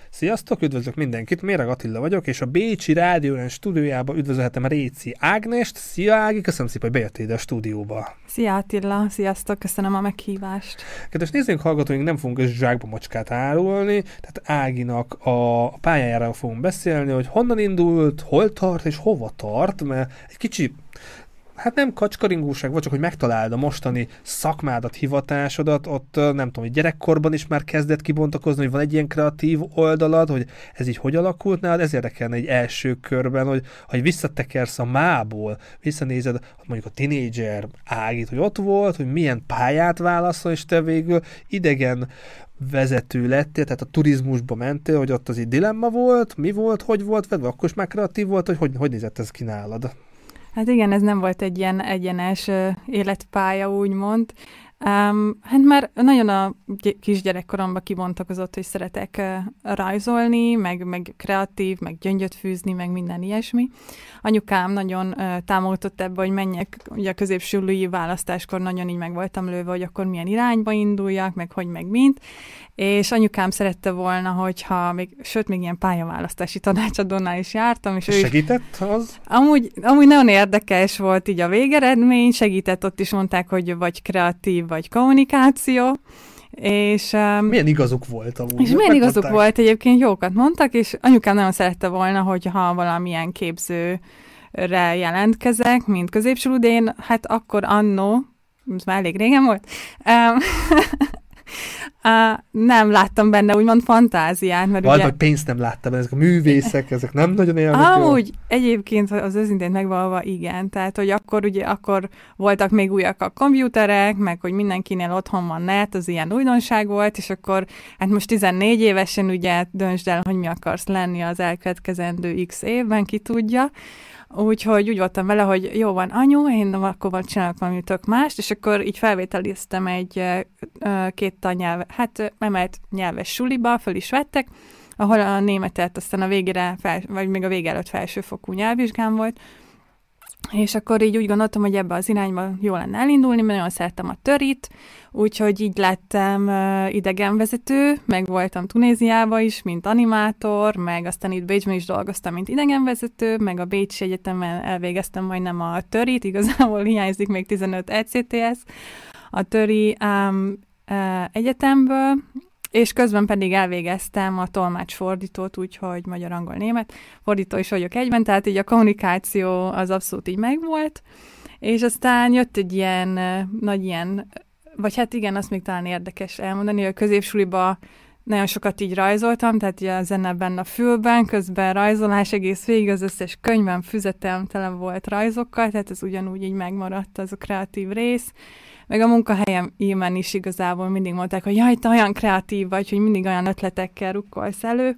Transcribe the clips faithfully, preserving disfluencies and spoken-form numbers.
Sziasztok, üdvözlök mindenkit, Méreg Attila vagyok, és a Bécsi Rádió stúdiójában üdvözölhetem Réci Ágnest. Szia Ági, köszönöm szépen, hogy bejöttél ide a stúdióba. Szia Attila, sziasztok, köszönöm a meghívást. Kedves nézőink, hallgatóink, nem fogunk zsákba macskát árulni, tehát Áginak a pályájára fogunk beszélni, hogy honnan indult, hol tart és hova tart, mert egy kicsi hát nem kacskaringóság, vagy csak, hogy megtaláld a mostani szakmádat, hivatásodat, ott nem tudom, hogy gyerekkorban is már kezdett kibontakozni, hogy van egy ilyen kreatív oldalad, hogy ez így hogy alakult nálad, ez érdekelne egy első körben, hogy ha visszatekersz a mából, visszanézed mondjuk a tinédzser Ágit, hogy ott volt, hogy milyen pályát válaszol, és te végül idegen vezető lettél, tehát a turizmusba mentél, hogy ott az egy dilemma volt, mi volt, hogy volt, vagy akkor is már kreatív volt, hogy hogy, hogy nézett ez ki nálad? Hát igen, ez nem volt egy ilyen egyenes uh, életpálya, úgymond. Um, hát már nagyon a kisgyerekkoromban kibontakozott, hogy szeretek uh, rajzolni, meg, meg kreatív, meg gyöngyöt fűzni, meg minden ilyesmi. Anyukám nagyon uh, támogatott ebbe, hogy menjek, ugye a középsőlői választáskor nagyon így meg voltam lőve, hogy akkor milyen irányba induljak, meg hogy meg mint. És anyukám szerette volna, hogyha még, sőt, még ilyen pályaválasztási tanácsadónál is jártam. És, és ő segített is, az? Amúgy, amúgy nagyon érdekes volt így a végeredmény, segített, ott is mondták, hogy vagy kreatív, vagy kommunikáció. És, milyen igazuk volt amúgy? És milyen igazuk mondták? Volt, egyébként jókat mondtak, és anyukám nagyon szerette volna, hogyha valamilyen képzőre jelentkezek, mint középső, de én hát akkor annó, ez már elég régen volt, Uh, nem láttam benne úgymond fantáziát. Mert vagy, ugye... vagy pénzt nem láttam, ezek a művészek, ezek nem nagyon élnek. Amúgy egyébként az őszintén megvalva igen, tehát hogy akkor ugye akkor voltak még újak a komputerek, meg hogy mindenkinél otthon van net, az ilyen újdonság volt, és akkor hát most tizennégy évesen ugye döntsd el, hogy mi akarsz lenni az elkövetkezendő x évben, ki tudja. Úgyhogy úgy voltam vele, hogy jó van, anyu, én akkor van csinálok valami tök mást, és akkor így felvételiztem egy két tannyelve, hát emelt nyelves suliba, föl is vettek, ahol a németet aztán a végére, fel, vagy még a vége előtt felsőfokú nyelvvizsgám volt, és akkor így úgy gondoltam, hogy ebbe az irányba jó lenne elindulni, mert nagyon szerettem a törit, úgyhogy így lettem uh, idegenvezető, meg voltam Tunéziában is, mint animátor, meg aztán itt Bécsben is dolgoztam, mint idegenvezető, meg a Bécsi Egyetemen elvégeztem majdnem a törit, igazából hiányzik még tizenöt E C T S a töri um, uh, egyetemből, és közben pedig elvégeztem a tolmácsfordítót, úgyhogy magyar, angol, német fordító is vagyok egyben, tehát így a kommunikáció az abszolút így megvolt, és aztán jött egy ilyen nagy ilyen, vagy hát igen, azt még talán érdekes elmondani, hogy a középsuliba nagyon sokat így rajzoltam, tehát ugye a zene benne a fülben, közben rajzolás egész végig, az összes könyvem, füzetem tele volt rajzokkal, tehát ez ugyanúgy így megmaradt az a kreatív rész. Meg a munkahelyem ímen is igazából mindig mondták, hogy jaj, te olyan kreatív vagy, hogy mindig olyan ötletekkel rukkolsz elő.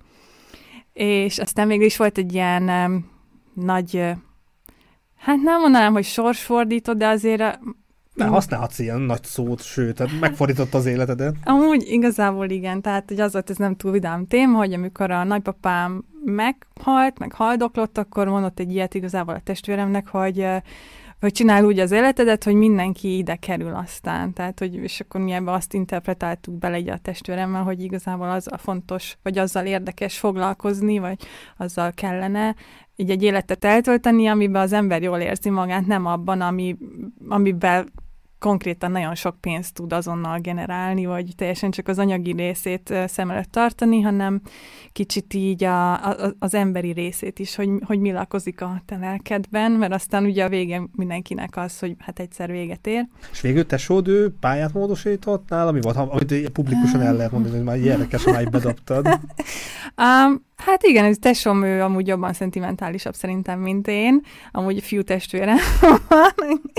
És aztán végül is volt egy ilyen um, nagy, uh, hát nem mondanám, hogy sorsfordító, de azért... Ne, használhatsz ilyen nagy szót, sőt, tehát megfordította az életedet. Amúgy igazából igen, tehát hogy az volt, ez nem túl vidám téma, hogy amikor a nagypapám meghalt, meg haldoklott, akkor mondott egy ilyet igazából a testvéremnek, hogy... Uh, hogy csinál úgy az életedet, hogy mindenki ide kerül aztán. Tehát, hogy, és akkor mi ebbe azt interpretáltuk bele így a testvéremmel, hogy igazából az a fontos, vagy azzal érdekes foglalkozni, vagy azzal kellene így egy életet eltölteni, amiben az ember jól érzi magát, nem abban, ami, amiben konkrétan nagyon sok pénzt tud azonnal generálni, vagy teljesen csak az anyagi részét szem előtt tartani, hanem kicsit így a, a, az emberi részét is, hogy, hogy mi lakozik a te lelkedben, mert aztán ugye a vége mindenkinek az, hogy hát egyszer véget ér. És végül tesód, ő pályát módosított nála? Mi volt, amit publikusan el lehet mondani, hogy már érdekes, ha már bedobtad? um, Hát igen, ez tesóm, ő amúgy jobban szentimentálisabb szerintem, mint én. Amúgy fiú testvérem van.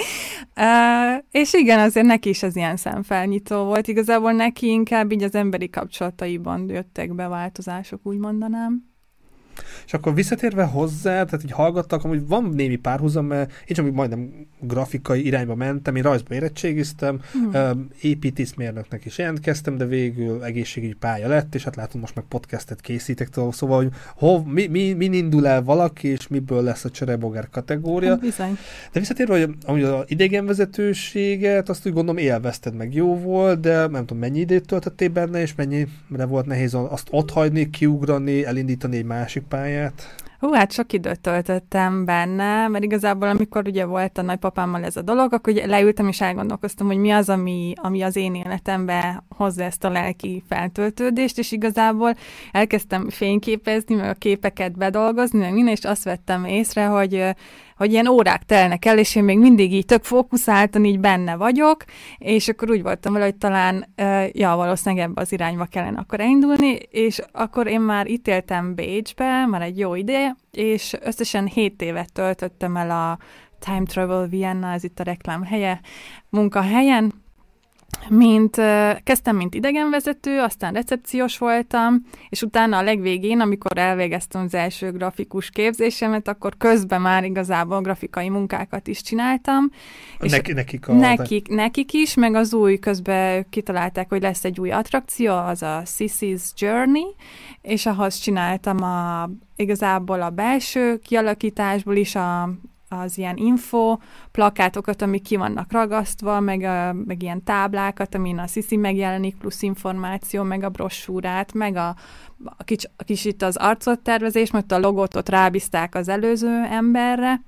uh, és igen, azért neki is ez ilyen szemfelnyitó volt. Igazából neki inkább így az emberi kapcsolataiban jöttek be változások, úgy mondanám. És akkor visszatérve hozzá, tehát így hallgattak, amúgy van némi párhuzam, mert én csak majdnem grafikai irányba mentem, én rajzba érettségiztem, hmm. építészmérnöknek is jelentkeztem, de végül egészségügyi pálya lett, és hát látom, most meg podcastet készítek, szóval, hogy hov, mi, mi, min indul el valaki, és miből lesz a cserebogár kategória. Bizony. De visszatérve, hogy amúgy az idegenvezetőséget, azt úgy gondolom élvezted, meg jó volt, de nem tudom, mennyi időt töltöttél benne, és mennyire volt nehéz azt ott hagyni, kiugrani, elindítani egy másik pályát? Hú, hát sok időt töltöttem benne, mert igazából amikor ugye volt a nagypapámmal ez a dolog, akkor ugye leültem és elgondolkoztam, hogy mi az, ami, ami az én életembe hozza ezt a lelki feltöltődést, és igazából elkezdtem fényképezni, meg a képeket bedolgozni, meg minden, és azt vettem észre, hogy hogy ilyen órák telnek el, és én még mindig így tök fókuszáltan így benne vagyok, és akkor úgy voltam vele, hogy talán, ja, valószínűleg ebbe az irányba kellene akkor elindulni, és akkor én már itt éltem Bécsbe, már egy jó ideje, és összesen hét évet töltöttem el a Time Travel Vienna, ez itt a reklám helye, munkahelyen, mint, kezdtem, mint idegenvezető, aztán recepciós voltam, és utána a legvégén, amikor elvégeztem az első grafikus képzésemet, akkor közben már igazából grafikai munkákat is csináltam. Ne- nekik, a... nekik, nekik is, meg az új közben kitalálták, hogy lesz egy új attrakció, az a Sissy's Journey, és ahhoz csináltam a, igazából a belső kialakításból is a az ilyen info plakátokat, amik ki vannak ragasztva, meg, a, meg ilyen táblákat, amin a Sissy megjelenik, plusz információ, meg a brossúrát, meg a, a, kics, a kicsit az arcot tervezés, mert a logót ott rábízták az előző emberre.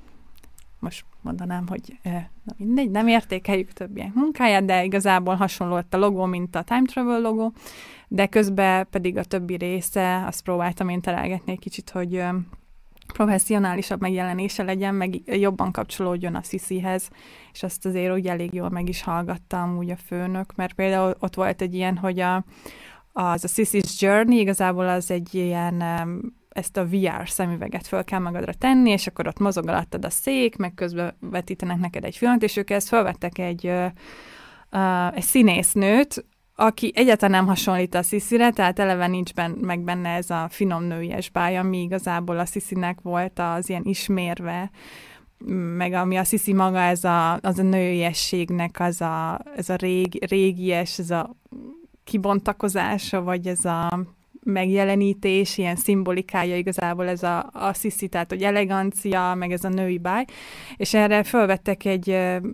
Most mondanám, hogy na mindegy, nem értékeljük többiek munkáját, de igazából hasonló a logó, mint a Time Travel logó, de közben pedig a többi része, azt próbáltam én találgatni egy kicsit, hogy professzionálisabb megjelenése legyen, meg jobban kapcsolódjon a Sissyhez, és azt azért úgy elég jól meg is hallgattam úgy a főnök, mert például ott volt egy ilyen, hogy a, az a Sissy's Journey igazából az egy ilyen, ezt a vé er szemüveget föl kell magadra tenni, és akkor ott mozog alattad a szék, meg közben vetítenek neked egy filmet, és ők ezt felvettek egy, egy színésznőt, aki egyáltalán nem hasonlít a Sissyre, tehát eleve nincs ben, meg benne ez a finom nőies báj, ami igazából a Sissynek volt az ilyen ismérve, meg ami a Sissy maga, ez a, az a nőiességnek az a, ez a rég, régies, ez a kibontakozása, vagy ez a megjelenítés, ilyen szimbolikája igazából ez a, a Sissy, tehát hogy elegancia, meg ez a női báj, és erre fölvettek egy,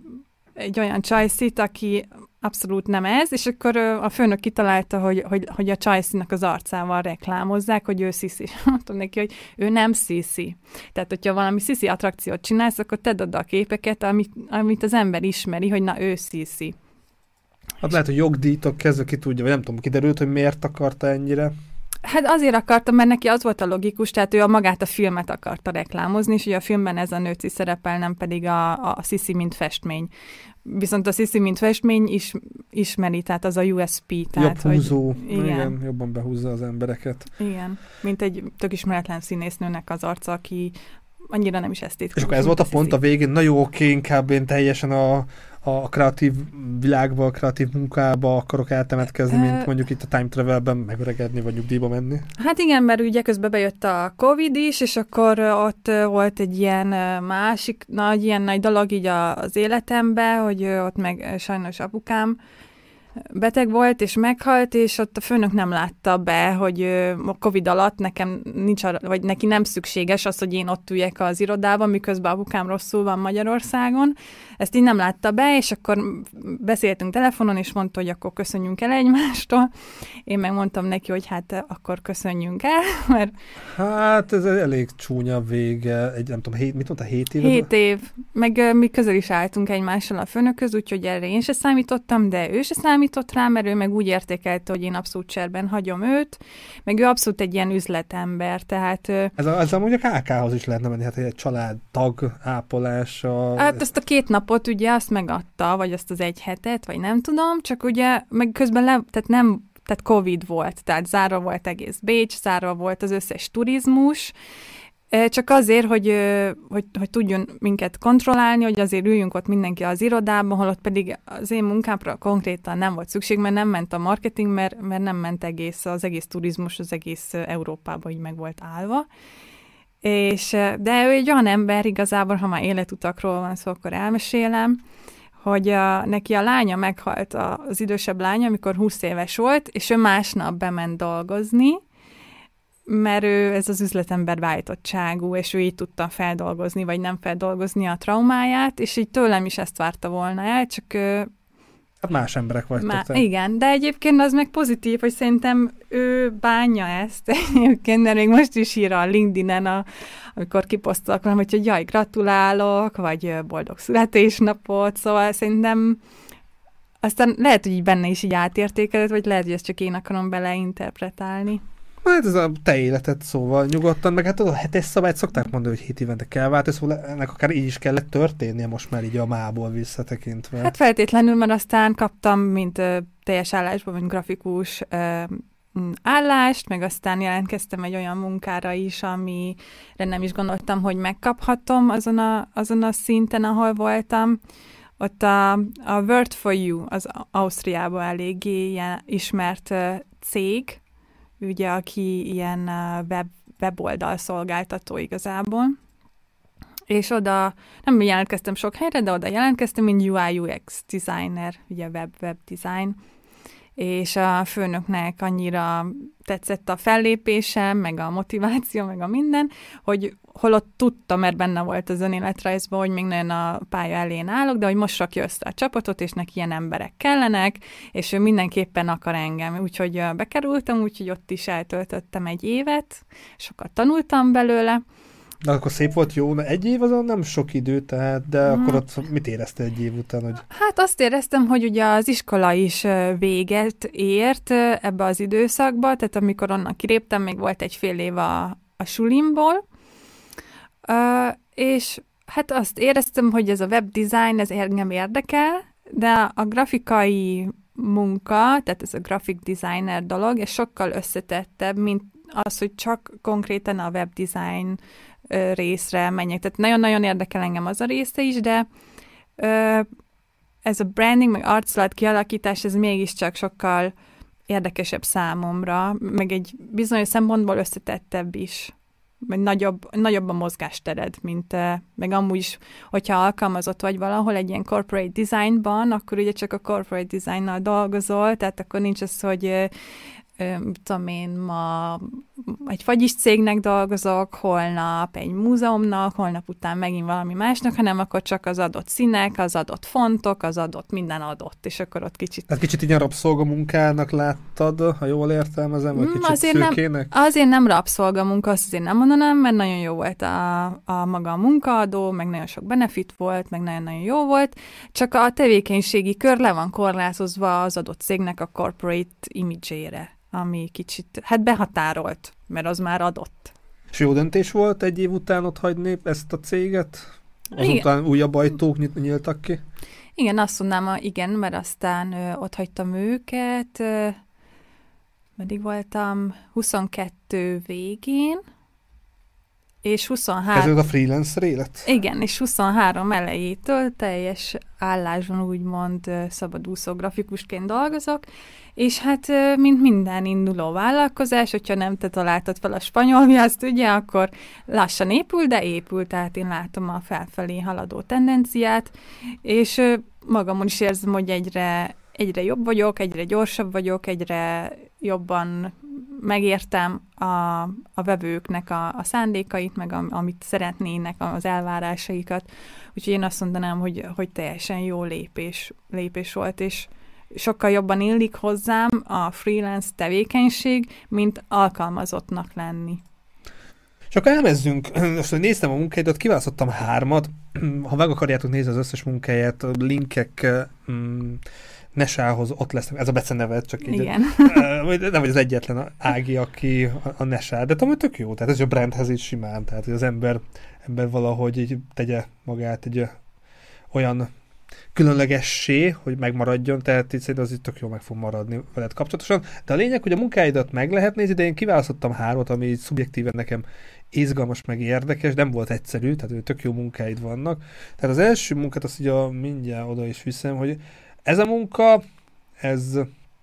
egy olyan csajszit, aki abszolút nem ez, és akkor a főnök kitalálta, hogy, hogy, hogy a Csajcinak az arcával reklámozzák, hogy ő Sissy. Mondtam neki, hogy ő nem Sissy. Tehát, hogyha valami Sissy attrakciót csinálsz, akkor tedd oda a képeket, amit, amit az ember ismeri, hogy na, ő Sissy. Hát lehet, hogy jogdíjtól kezdve ki tudja, vagy nem tudom, kiderült, hogy miért akarta ennyire. Hát azért akartam, mert neki az volt a logikus, tehát ő a magát a filmet akarta reklámozni, és ugye a filmben ez a nőci szerepel, nem pedig a, a Sissy, mint festmény. Viszont a Sissy, mint festmény is ismeri, tehát az a u es pé. Tehát, jobb húzó, hogy, igen. igen, jobban behúzza az embereket. Igen, mint egy tök ismeretlen színésznőnek az arca, aki annyira nem is esztétikus. És akkor ez volt a pont a végén, na jó, oké, inkább én teljesen a, a kreatív világba, a kreatív munkába akarok eltemetkezni, mint mondjuk itt a Time Travelben megöregedni, vagy nyugdíjba menni. Hát igen, mert ugye közben bejött a Covid is, és akkor ott volt egy ilyen másik nagy, ilyen nagy dolog így az életemben, hogy ott meg sajnos apukám beteg volt, és meghalt, és ott a főnök nem látta be, hogy a Covid alatt nekem nincs arra, vagy neki nem szükséges az, hogy én ott üljek az irodában, miközben apukám rosszul van Magyarországon. Ezt így nem látta be, és akkor beszéltünk telefonon, és mondta, hogy akkor köszönjünk el egymástól. Én megmondtam neki, hogy hát akkor köszönjünk el, mert... Hát ez elég csúnya vége, egy, nem tudom, hét, mit mondta, hét év? Hét év, meg mi közel is álltunk egymással a főnökhöz, úgyhogy erre én se számítottam, de ő se számított rá, mert ő meg úgy értékelte, hogy én abszolút cserben hagyom őt, meg ő abszolút egy ilyen üzletember, tehát... Ez, a, ez amúgy a ká ká-hoz is lehetne menni, hát egy családtag ápolása... Hát ezt a két napot ugye azt megadta, vagy azt az egy hetet, vagy nem tudom, csak ugye meg közben le, tehát nem, tehát Covid volt, tehát zárva volt egész Bécs, zárva volt az összes turizmus, Csak azért, hogy, hogy, hogy tudjon minket kontrollálni, hogy azért üljünk ott mindenki az irodában, holott pedig az én munkámra konkrétan nem volt szükség, mert nem ment a marketing, mert, mert nem ment egész, az egész turizmus, az egész Európában így meg volt állva. És, de ő egy olyan ember igazából, ha már életutakról van szó, akkor elmesélem, hogy a, neki a lánya meghalt, az idősebb lánya, amikor húsz éves volt, és ő másnap bement dolgozni, mert ő ez az üzletember beállítottságú, és ő így tudta feldolgozni, vagy nem feldolgozni a traumáját, és így tőlem is ezt várta volna el, csak... Hát más emberek vagytok. Má, igen, de egyébként az meg pozitív, hogy szerintem ő bánja ezt egyébként, mert még most is ír a LinkedIn-en, a, amikor kiposztolok valamit, hogy jaj, gratulálok, vagy boldog születésnapot, szóval szerintem aztán lehet, hogy így benne is így átértékeled, vagy lehet, hogy ezt csak én akarom beleinterpretálni. Hát ez a te életed, szóval nyugodtan, meg hát a hetes szabályt szokták mondani, hogy hét évente kell változni, szóval ennek akár így is kellett történnie most már így a mából visszatekintve. Hát feltétlenül, mert aztán kaptam, mint ö, teljes állásban, mint grafikus ö, állást, meg aztán jelentkeztem egy olyan munkára is, amire nem is gondoltam, hogy megkaphatom azon a, azon a szinten, ahol voltam. Ott a, a Word for You, az Ausztriában eléggé ilyen ismert ö, cég, ugye, aki ilyen web, weboldal szolgáltató igazából. És oda, nem jelentkeztem sok helyre, de oda jelentkeztem, mint u i u x designer, ugye web, web design. És a főnöknek annyira tetszett a fellépésem, meg a motiváció, meg a minden, hogy holott tudta, mert benne volt az önéletrajzban, hogy még nagyon a pálya elén állok, de hogy most rakja össze a csapatot, és neki ilyen emberek kellenek, és ő mindenképpen akar engem. Úgyhogy bekerültem, úgyhogy ott is eltöltöttem egy évet, sokat tanultam belőle. De akkor szép volt, jó, egy év azon nem sok idő, tehát, de hmm. akkor ott mit érezte egy év után? Hogy... Hát azt éreztem, hogy ugye az iskola is véget ért ebbe az időszakba, tehát amikor onnan kiléptem, még volt egy fél év a, a sulimból, uh, és hát azt éreztem, hogy ez a webdesign, ez engem érdekel, de a grafikai munka, tehát ez a graphic designer dolog, és sokkal összetettebb, mint az, hogy csak konkrétan a webdesign részre menjek. Tehát nagyon-nagyon érdekel engem az a része is, de ö, ez a branding, meg arculat kialakítás, ez mégiscsak sokkal érdekesebb számomra, meg egy bizonyos szempontból összetettebb is. Meg nagyobb, nagyobb a mozgástered, mint meg amúgy is, hogyha alkalmazott vagy valahol egy ilyen corporate designban, akkor ugye csak a corporate designnal dolgozol, tehát akkor nincs az, hogy tudom én, ma egy fagyis cégnek dolgozok, holnap egy múzeumnak, holnap után megint valami másnak, hanem akkor csak az adott színek, az adott fontok, az adott, minden adott, és akkor ott kicsit... Hát kicsit ilyen rabszolgamunkának láttad, ha jól értelmezem, vagy kicsit azért szőkének? Nem, azért nem rabszolgamunka, azt azért nem mondanám, mert nagyon jó volt a, a maga a munkaadó, meg nagyon sok benefit volt, meg nagyon-nagyon jó volt, csak a tevékenységi kör le van korlátozva az adott cégnek a corporate image-ére, ami kicsit, hát behatárolt, mert az már adott. És jó döntés volt egy év után ott hagyni ezt a céget? Azután igen. Újabb ajtók nyíltak ki? Igen, azt mondanám, igen, mert aztán ö, ott hagytam őket, ö, meddig voltam huszonkettő végén, és huszonhárom... Ez a freelancer élet? Igen, és huszonhárom elejétől teljes állásban úgymond szabadúszó grafikusként dolgozok, és hát mint minden induló vállalkozás, hogyha nem te találtad fel a spanyol viaszt, ugye, akkor lassan épül, de épül, tehát én látom a felfelé haladó tendenciát, és magamon is érzem, hogy egyre, egyre jobb vagyok, egyre gyorsabb vagyok, egyre jobban megértem a, a vevőknek a, a szándékait, meg a, amit szeretnének, az elvárásaikat. Úgyhogy én azt mondanám, hogy, hogy teljesen jó lépés, lépés volt, és sokkal jobban illik hozzám a freelance tevékenység, mint alkalmazottnak lenni. És akkor elmezzünk, most, hogy néztem a munkáidat, kiválasztottam hármat, ha meg akarjátok nézni az összes munkáját, a linkek mm, Nesához ott lesznek, ez a beceneved, csak így. Igen. Nem vagy az egyetlen Ági, aki a, a Nesá, de tudom, tök jó, tehát ez a brandhez így simán, tehát hogy az ember, ember valahogy így tegye magát egy olyan különlegessé, hogy megmaradjon, tehát így szerintem az itt tök jó meg fog maradni veled kapcsolatosan. De a lényeg, hogy a munkáidat meg lehet nézni, de én kiválasztottam hármat, ami így szubjektíven nekem izgalmas, meg érdekes, nem volt egyszerű, tehát tök jó munkáid vannak. Tehát az első munkát azt ugye mindjárt oda is viszem, hogy ez a munka, ez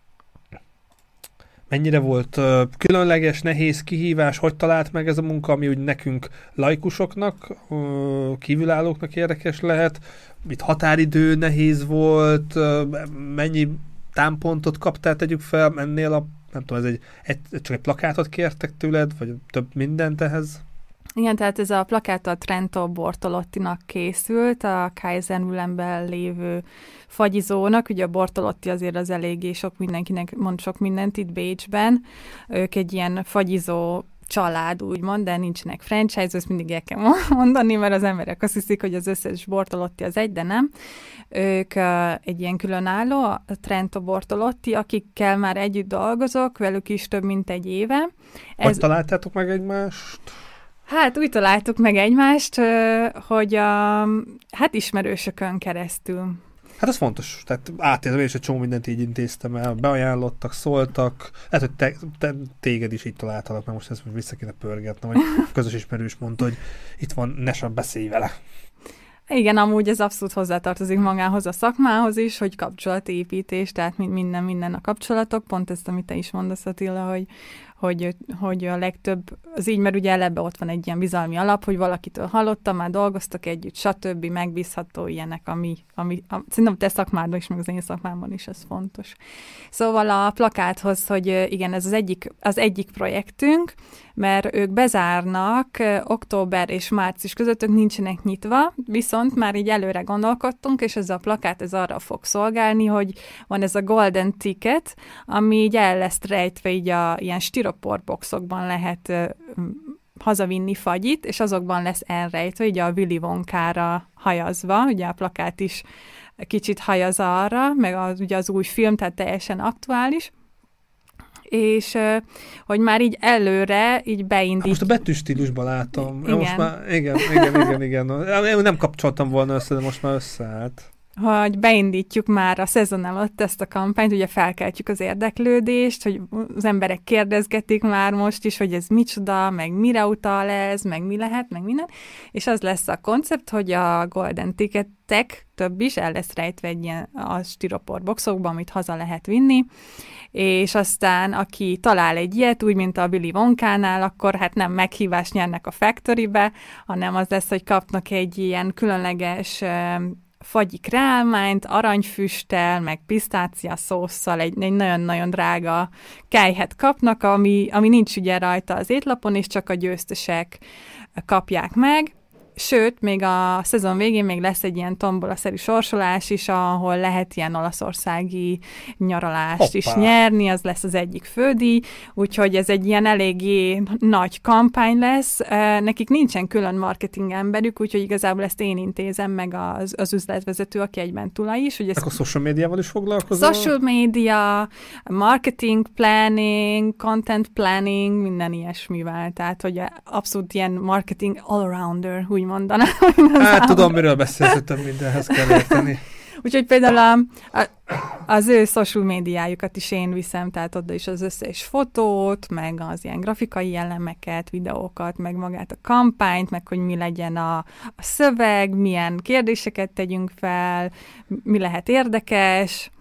mennyire volt uh, különleges, nehéz kihívás, hogy talált meg ez a munka, ami úgy nekünk laikusoknak, uh, kívülállóknak érdekes lehet, mit határidő nehéz volt, uh, mennyi támpontot kaptál, tegyük fel, ennél a, nem tudom, ez egy, egy, csak egy plakátot kértek tőled, vagy több mindent ehhez? Igen, tehát ez a plakát a Trento Bortolottinak készült, a Kaisermühlenben lévő fagyizónak. Ugye a Bortolotti azért az eléggé sok mindenkinek mond sok mindent itt Bécsben. Ők egy ilyen fagyizó család, úgymond, de nincsenek franchise, ezt mindig el kell mondani, mert az emberek azt hiszik, hogy az összes Bortolotti az egy, de nem. Ők uh, egy ilyen különálló, a Trento Bortolotti, akikkel már együtt dolgozok, velük is több mint egy éve. Hogy Ez... találtátok meg egymást? Hát úgy találtuk meg egymást, hogy a hát ismerősökön keresztül. Hát ez fontos. Tehát átérzem, én is egy csomó mindent így intéztem el, beajánlottak, szóltak. Lehet, hogy te, te, téged is így találtalak, mert most ezt most vissza kéne pörgetnem, hogy közös ismerős mondta, hogy itt van, ne sem beszélj vele. Igen, amúgy ez abszolút hozzátartozik magához a szakmához is, hogy kapcsolatépítés, tehát minden, minden a kapcsolatok, pont ezt, amit te is mondasz, Attila, hogy Hogy, hogy a legtöbb, az így, mert ugye eleve ott van egy ilyen bizalmi alap, hogy valakitől hallottam, már dolgoztak együtt, stb. Megbízható ilyenek, ami, ami a, szerintem te szakmádban is, meg az én szakmámban is ez fontos. Szóval a plakáthoz, hogy igen, ez az egyik, az egyik projektünk, mert ők bezárnak október és március között, ők nincsenek nyitva, viszont már így előre gondolkodtunk, és ez a plakát ez arra fog szolgálni, hogy van ez a Golden Ticket, ami így el lesz rejtve, így a ilyen stiroporboxokban lehet uh, hazavinni fagyit, és azokban lesz elrejtve, így a Willy Wonkára hajazva, ugye a plakát is kicsit hajaz arra, meg az, ugye az új film, tehát teljesen aktuális, és hogy már így előre így beindít. Most a betűstílusban látom. Igen. Most már, igen, igen, igen, igen. Én nem kapcsoltam volna össze, de most már összeállt. Hogy beindítjuk már a szezon előtt ezt a kampányt, ugye felkeltjük az érdeklődést, hogy az emberek kérdezgetik már most is, hogy ez micsoda, meg mire utal ez, meg mi lehet, meg minden, és az lesz a koncept, hogy a Golden Ticketek több is el lesz rejtve egy ilyen a stiropor boxokban, amit haza lehet vinni, és aztán aki talál egy ilyet, úgy, mint a Willy Wonkánál, akkor hát nem meghívást nyernek a factorybe, hanem az lesz, hogy kapnak egy ilyen különleges fagyi kreálmányt, aranyfüsttel, meg pisztácia szósszal egy, egy nagyon-nagyon drága kejhet kapnak, ami, ami nincs ugye rajta az étlapon, és csak a győztesek kapják meg. Sőt, még a szezon végén még lesz egy ilyen tombola-szerű sorsolás is, ahol lehet ilyen olaszországi nyaralást Hoppá. is nyerni, az lesz az egyik fődíj, úgyhogy ez egy ilyen eléggé nagy kampány lesz. Nekik nincsen külön marketing emberük, úgyhogy igazából ezt én intézem meg az, az üzletvezető, aki egyben tulaj is. Ugye Akkor social médiával is foglalkozol? Social media, marketing planning, content planning, minden ilyesmivel. Tehát, hogy abszolút ilyen marketing all-rounder, úgy mondanám. Hát tudom, miről beszélsz, több mindenhez kell érteni. Úgyhogy például a, a, az ő social médiájukat is én viszem, tehát oda is az összes fotót, meg az ilyen grafikai elemeket, videókat, meg magát a kampányt, meg hogy mi legyen a, a szöveg, milyen kérdéseket tegyünk fel, mi lehet érdekes,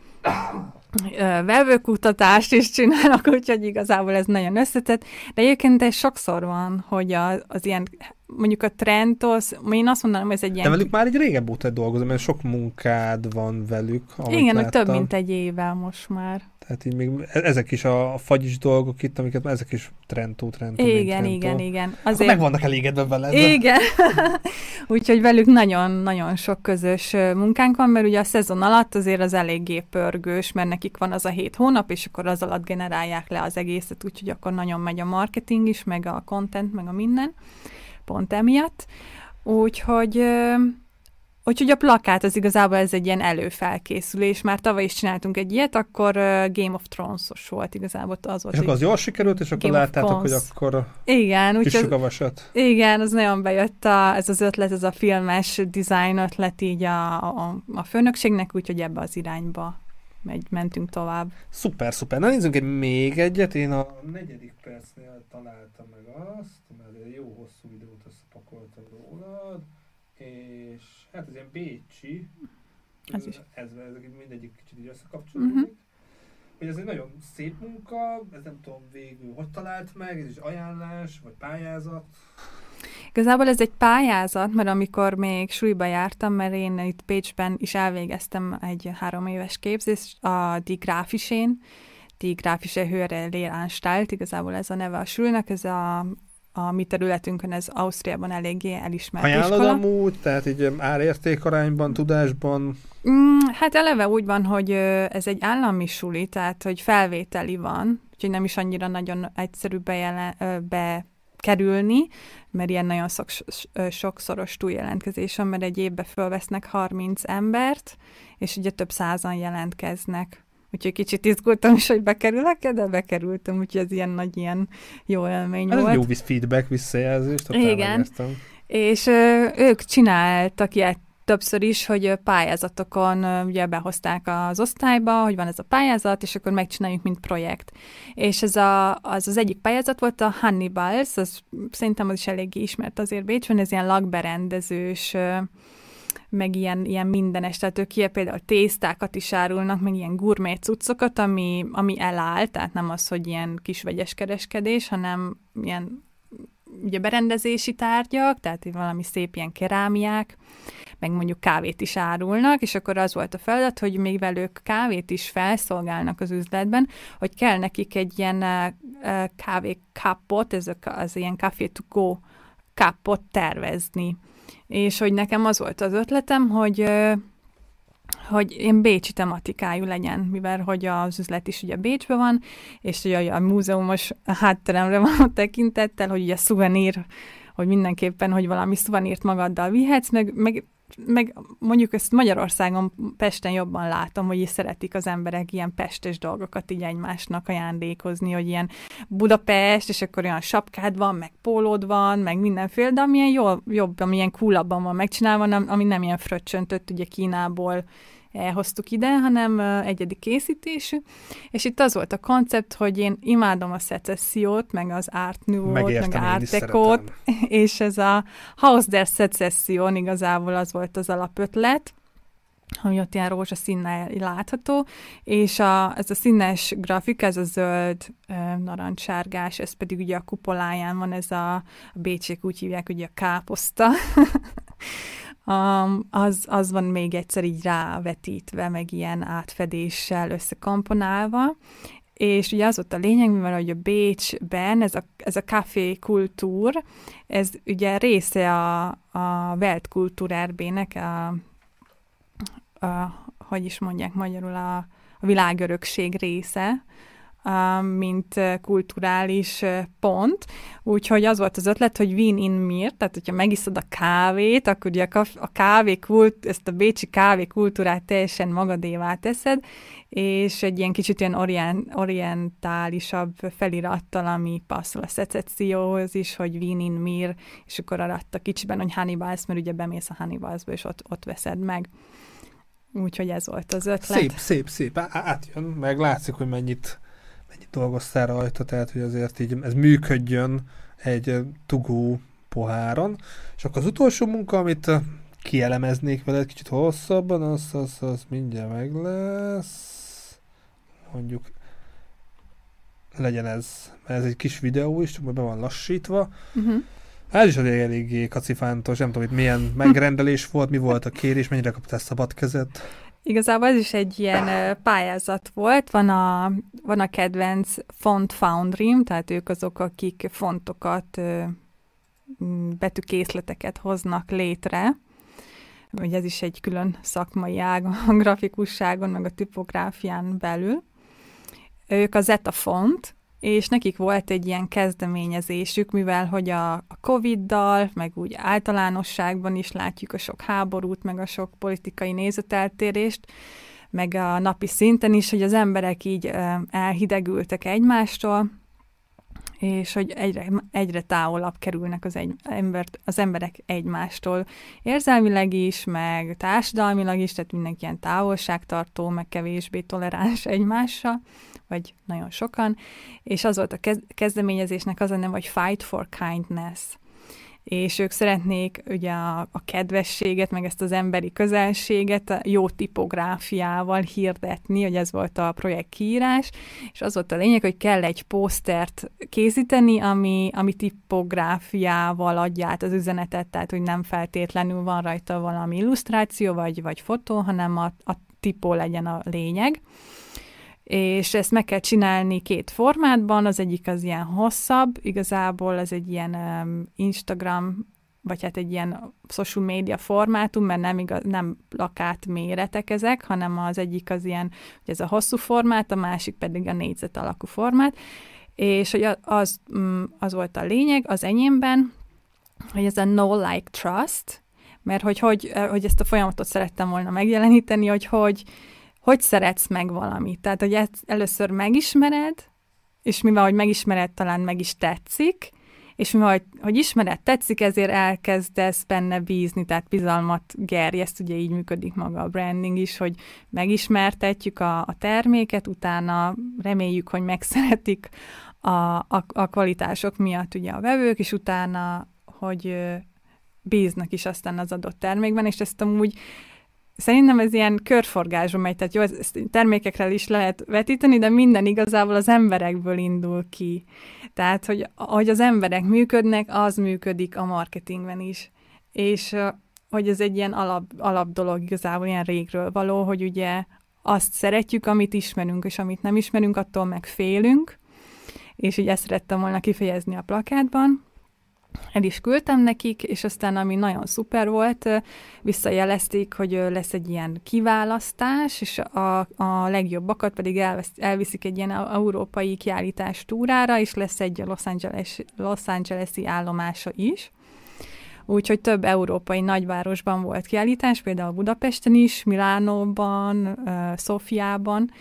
vevőkutatást is csinálok, úgyhogy igazából ez nagyon összetett, de egyébként ez sokszor van, hogy az, az ilyen, mondjuk a Trentos, én azt mondanám, hogy ez egy ilyen... De velük már egy régebb óta dolgozom, mert sok munkád van velük. Igen, hogy több mint egy évvel most már. Tehát így még ezek is a fagyis dolgok itt, amiket ezek is Trento, Trento, Igen, Trento. igen, igen. Azért... Meg vannak elégedve veled. Igen. Úgyhogy velük nagyon-nagyon sok közös munkánk van, mert ugye a szezon alatt azért az eléggé pörgős, mert nekik van az a hét hónap, és akkor az alatt generálják le az egészet, úgyhogy akkor nagyon megy a marketing is, meg a content, meg a minden. Pont emiatt. Úgyhogy... Úgyhogy a plakát az igazából ez egy ilyen előfelkészülés. Már tavaly is csináltunk egy ilyet, akkor uh, Game of Thrones-os volt igazából. Az volt, és akkor az jól sikerült, és akkor láttátok, hogy akkor igen, kissük a vasat. Igen, az nagyon bejött a, ez az ötlet, ez a filmes design ötlet így a, a, a főnökségnek, úgyhogy ebbe az irányba megy, mentünk tovább. Szuper, szuper. Na nézzünk egy még egyet. Én a negyedik percnél találtam meg azt, mert egy jó hosszú videót összepakoltam rólad, és hát ez ilyen bécsi, ez, ez, ez, ez mindegyik kicsit így összekapcsolódik. Uh-huh. Hogy ez egy nagyon szép munka, ez nem tudom végül hogy talált meg, ez is ajánlás, vagy pályázat? Igazából ez egy pályázat, mert amikor még suliba jártam, mert én itt Pécsben is elvégeztem egy három éves képzést a Die Grafisén, Die Grafische Höhere Lehranstalt, igazából ez a neve a sulinak, ez a, a mi területünkön, ez Ausztriában eléggé elismert Ajánlod iskola. amúgy, tehát így árértékarányban, tudásban? Mm, hát eleve úgy van, hogy ez egy állami suli, tehát hogy felvételi van, úgyhogy nem is annyira nagyon egyszerű bejelen, be kerülni, mert ilyen nagyon szok, sokszoros túljelentkezés van, mert egy évben fölvesznek harminc embert, és ugye több százan jelentkeznek. Úgyhogy kicsit izgultam is, hogy bekerülök, de bekerültem, úgyhogy ez ilyen nagy, ilyen jó élmény ez volt. Jó feedback, visszajelzést. Igen, és ö, ők csináltak ilyet többször is, hogy pályázatokon ugye behozták az osztályba, hogy van ez a pályázat, és akkor megcsináljuk, mint projekt. És ez a, az az egyik pályázat volt a Hannibals, az, szerintem az is eléggé ismert azért Bécsben, ez ilyen lakberendezős, meg ilyen, ilyen mindenes, tehát ők ilyen például tésztákat is árulnak, meg ilyen gurmé cuccokat, ami, ami eláll, tehát nem az, hogy ilyen kis vegyes kereskedés, hanem ilyen ugye berendezési tárgyak, tehát valami szép ilyen kerámiák, meg mondjuk kávét is árulnak, és akkor az volt a feladat, hogy mivel ők kávét is felszolgálnak az üzletben, hogy kell nekik egy ilyen uh, kávékappot, ez az ilyen café to go kappot tervezni. És hogy nekem az volt az ötletem, hogy uh, hogy én bécsi tematikájú legyen, mivel hogy az üzlet is ugye Bécsben van, és ugye a múzeumos hátteremre van tekintettel, hogy ugye szuvenír, hogy mindenképpen, hogy valami szuvenírt magaddal vihetsz, meg, meg, meg mondjuk ezt Magyarországon, Pesten jobban látom, hogy is szeretik az emberek ilyen pestes dolgokat így egymásnak ajándékozni, hogy ilyen Budapest, és akkor olyan sapkád van, meg pólód van, meg mindenféle, de amilyen jobb, jobb amilyen coolabban van megcsinálva, ami nem ilyen fröccsöntött, ugye Kínából elhoztuk ide, hanem egyedi készítésű, és itt az volt a koncept, hogy én imádom a szecessziót, meg az Art Nouveau-t, meg Art Deco-t, és ez a Haus der Szecession igazából az volt az alapötlet, ami ott ilyen rózsaszínnel látható, és a, ez a színes grafika, ez a zöld, narancssárgás, ez pedig ugye a kupoláján van, ez a, a bécsiek úgy hívják, ugye a káposzta, Um, az, az van még egyszer így rávetítve, meg ilyen átfedéssel összekomponálva, és ugye az ott a lényeg, mivel hogy a Bécsben ez a, ez a café kultúr, ez ugye része a, a Weltkulturerbe-nek, a, a, hogy is mondják magyarul, a, a világörökség része, mint kulturális pont. Úgyhogy az volt az ötlet, hogy win in mir, tehát hogyha megiszod a kávét, akkor ugye a kávé kult, ezt a bécsi kávé kultúrát teljesen magadévá teszed, és egy ilyen kicsit ilyen orient, orientálisabb felirattal, ami passzol a szecesszióhoz is, hogy win in mir, és akkor aratta kicsiben, hogy Hannibals, mert ugye bemész a Hannibalsba, és ott, ott veszed meg. Úgyhogy ez volt az ötlet. Szép, szép, szép. Á, átjön, meg látszik, hogy mennyit mennyit dolgoztál rajta, tehát hogy azért így ez működjön egy tugó poháron. És akkor az utolsó munka, amit kielemeznék veled kicsit hosszabban, az, az, az mindjárt meg lesz. Mondjuk legyen ez, mert ez egy kis videó is, csak be van lassítva. Uh-huh. Ez is azért eléggé kacifántos, nem tudom, itt milyen megrendelés volt, mi volt a kérés, mennyire kaptál szabad kezet. Igazából ez is egy ilyen pályázat volt, van a, van a kedvenc Font Foundrym, tehát ők azok, akik fontokat, betűkészleteket hoznak létre. Ugye ez is egy külön szakmai ág a grafikusságon, meg a tipográfián belül. Ők a Zeta Font, és nekik volt egy ilyen kezdeményezésük, mivel hogy a, a Coviddal, meg úgy általánosságban is látjuk a sok háborút, meg a sok politikai nézeteltérést, meg a napi szinten is, hogy az emberek így elhidegültek egymástól, és hogy egyre, egyre távolabb kerülnek az, egy, embert, az emberek egymástól. Érzelmileg is, meg társadalmilag is, tehát mindenki ilyen távolságtartó, meg kevésbé toleráns egymással, vagy nagyon sokan, és az volt a kezdeményezésnek az a neve, hogy Fight for Kindness. És ők szeretnék ugye a, a kedvességet, meg ezt az emberi közelséget a jó tipográfiával hirdetni, hogy ez volt a projekt kiírás, és az volt a lényeg, hogy kell egy posztert készíteni, ami, ami tipográfiával adja át az üzenetet, tehát hogy nem feltétlenül van rajta valami illusztráció, vagy, vagy fotó, hanem a, a tipó legyen a lényeg. És ezt meg kell csinálni két formátban, az egyik az ilyen hosszabb, igazából az egy ilyen um, Instagram, vagy hát egy ilyen social media formátum, mert nem, igaz, nem plakát méretek ezek, hanem az egyik az ilyen, hogy ez a hosszú formát, a másik pedig a négyzet alakú formát, és hogy az, az volt a lényeg az enyémben, hogy ez a no like trust, mert hogy, hogy, hogy ezt a folyamatot szerettem volna megjeleníteni, hogy hogy hogy szeretsz meg valamit. Tehát, hogy ezt először megismered, és mivel, hogy megismered, talán meg is tetszik, és mivel, hogy, hogy ismered, tetszik, ezért elkezdesz benne bízni, tehát bizalmat gerjeszt, ugye így működik maga a branding is, hogy megismertetjük a, a terméket, utána reméljük, hogy megszeretik a, a, a kvalitások miatt ugye a vevők, és utána, hogy bíznak is aztán az adott termékben, és ezt amúgy szerintem ez ilyen körforgásba megy, tehát jó, ezt termékekre is lehet vetíteni, de minden igazából az emberekből indul ki. Tehát, hogy ahogy az emberek működnek, az működik a marketingben is. És hogy ez egy ilyen alap, alap dolog igazából, ilyen régről való, hogy ugye azt szeretjük, amit ismerünk, és amit nem ismerünk, attól meg félünk, és így ezt szerettem volna kifejezni a plakátban. El is küldtem nekik, és aztán, ami nagyon szuper volt, visszajelezték, hogy lesz egy ilyen kiválasztás, és a, a legjobbakat pedig elvesz, elviszik egy ilyen európai kiállítás túrára, és lesz egy Los Angeles, Los Angeles-i állomása is. Úgyhogy több európai nagyvárosban volt kiállítás, például Budapesten is, Milánóban, Szofiában,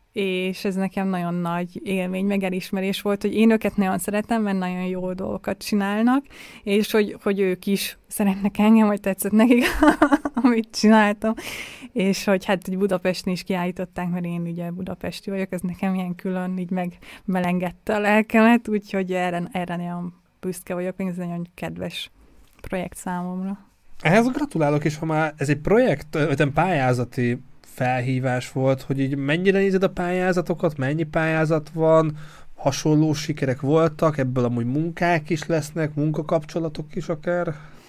és ez nekem nagyon nagy élmény, meg elismerés volt, hogy én őket nagyon szeretem, mert nagyon jó dolgokat csinálnak, és hogy, hogy ők is szeretnek engem, vagy tetszett nekik, amit csináltam, és hogy hát hogy Budapesten is kiállították, mert én ugye budapesti vagyok, ez nekem ilyen külön így megmelengedte a lelkemet, úgyhogy erre, erre nagyon büszke vagyok, még ez nagyon kedves projekt számomra. Ehhez gratulálok, és ha már ez egy projekt, vagy pályázati felhívás volt, hogy így mennyire nézed a pályázatokat, mennyi pályázat van, hasonló sikerek voltak, ebből amúgy munkák is lesznek, munkakapcsolatok is akár?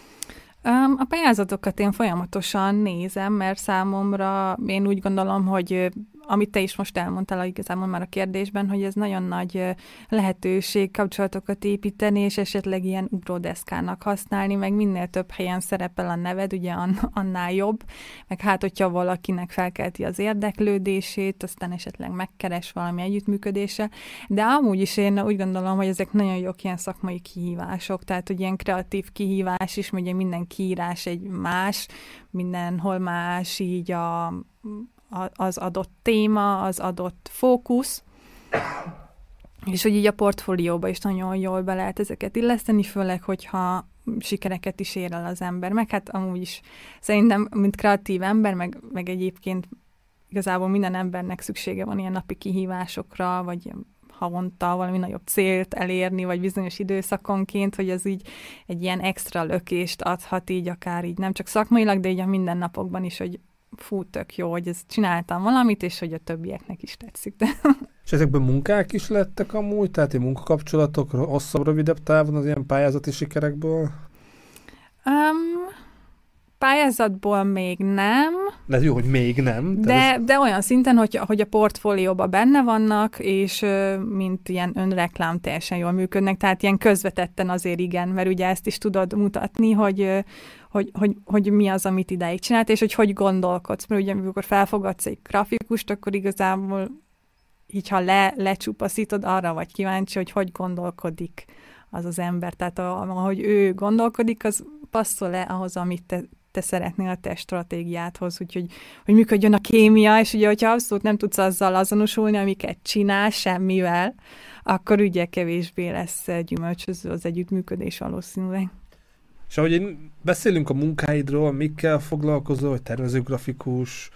Um, a pályázatokat én folyamatosan nézem, mert számomra én úgy gondolom, hogy amit te is most elmondtál igazából már a kérdésben, hogy ez nagyon nagy lehetőség kapcsolatokat építeni, és esetleg ilyen ugródeszkának használni, meg minél több helyen szerepel a neved, ugye annál jobb, meg hát, hogyha valakinek felkelti az érdeklődését, aztán esetleg megkeres valami együttműködése, de amúgy is én úgy gondolom, hogy ezek nagyon jók ilyen szakmai kihívások, tehát hogy ilyen kreatív kihívás is, ugye minden kiírás egy más, mindenhol más, így a az adott téma, az adott fókusz, és hogy így a portfólióba is nagyon jól be lehet ezeket illeszteni, főleg, hogyha sikereket is ér el az ember. Meg hát amúgy is szerintem, mint kreatív ember, meg, meg egyébként igazából minden embernek szüksége van ilyen napi kihívásokra, vagy havonta valami nagyobb célt elérni, vagy bizonyos időszakonként, hogy ez így egy ilyen extra lökést adhat így akár így nem csak szakmailag, de így a mindennapokban is, hogy fú, tök jó, hogy ezt csináltam valamit, és hogy a többieknek is tetszik. De... És ezekben munkák is lettek amúgy? Tehát egy munkakapcsolatok hosszabb, rövidebb távon az ilyen pályázati sikerekből? Um, pályázatból még nem. De jó, hogy még nem. De, ez... de olyan szinten, hogy, hogy a portfólióban benne vannak, és mint ilyen önreklám teljesen jól működnek, tehát ilyen közvetetten azért igen, mert ugye ezt is tudod mutatni, hogy Hogy, hogy, hogy mi az, amit idáig csinált, és hogy hogy gondolkodsz. Mert ugye, amikor felfogadsz egy grafikust, akkor igazából így, ha le, lecsupaszítod, arra vagy kíváncsi, hogy hogy gondolkodik az az ember. Tehát ahogy ő gondolkodik, az passzol-e ahhoz, amit te te szeretnél a te stratégiádhoz, úgyhogy hogy működjön a kémia, és ugye, hogyha abszolút nem tudsz azzal azonosulni, amiket csinál semmivel, akkor ugye kevésbé lesz gyümölcsöző az együttműködés valószínűleg. És ahogy én beszélünk a munkáidról, mikkel foglalkozol, hogy tervezőgrafikus,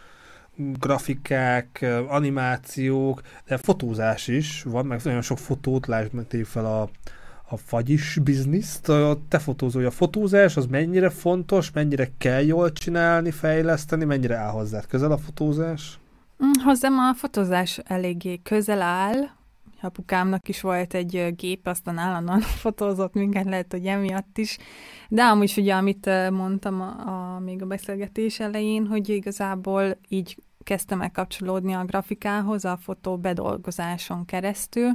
grafikák, animációk, de fotózás is van, meg nagyon sok fotót, lásd meg tegyük fel a, a fagyis bizniszt. A te fotózója, a fotózás, az mennyire fontos, mennyire kell jól csinálni, fejleszteni, mennyire áll hozzád közel a fotózás? Hozzám a fotózás eléggé közel áll. Apukámnak is volt egy gép, aztán állandóan fotózott minket, lehet, hogy emiatt is. De amúgy ugye, amit mondtam a, a, még a beszélgetés elején, hogy igazából így kezdtem el kapcsolódni a grafikához a fotó bedolgozáson keresztül,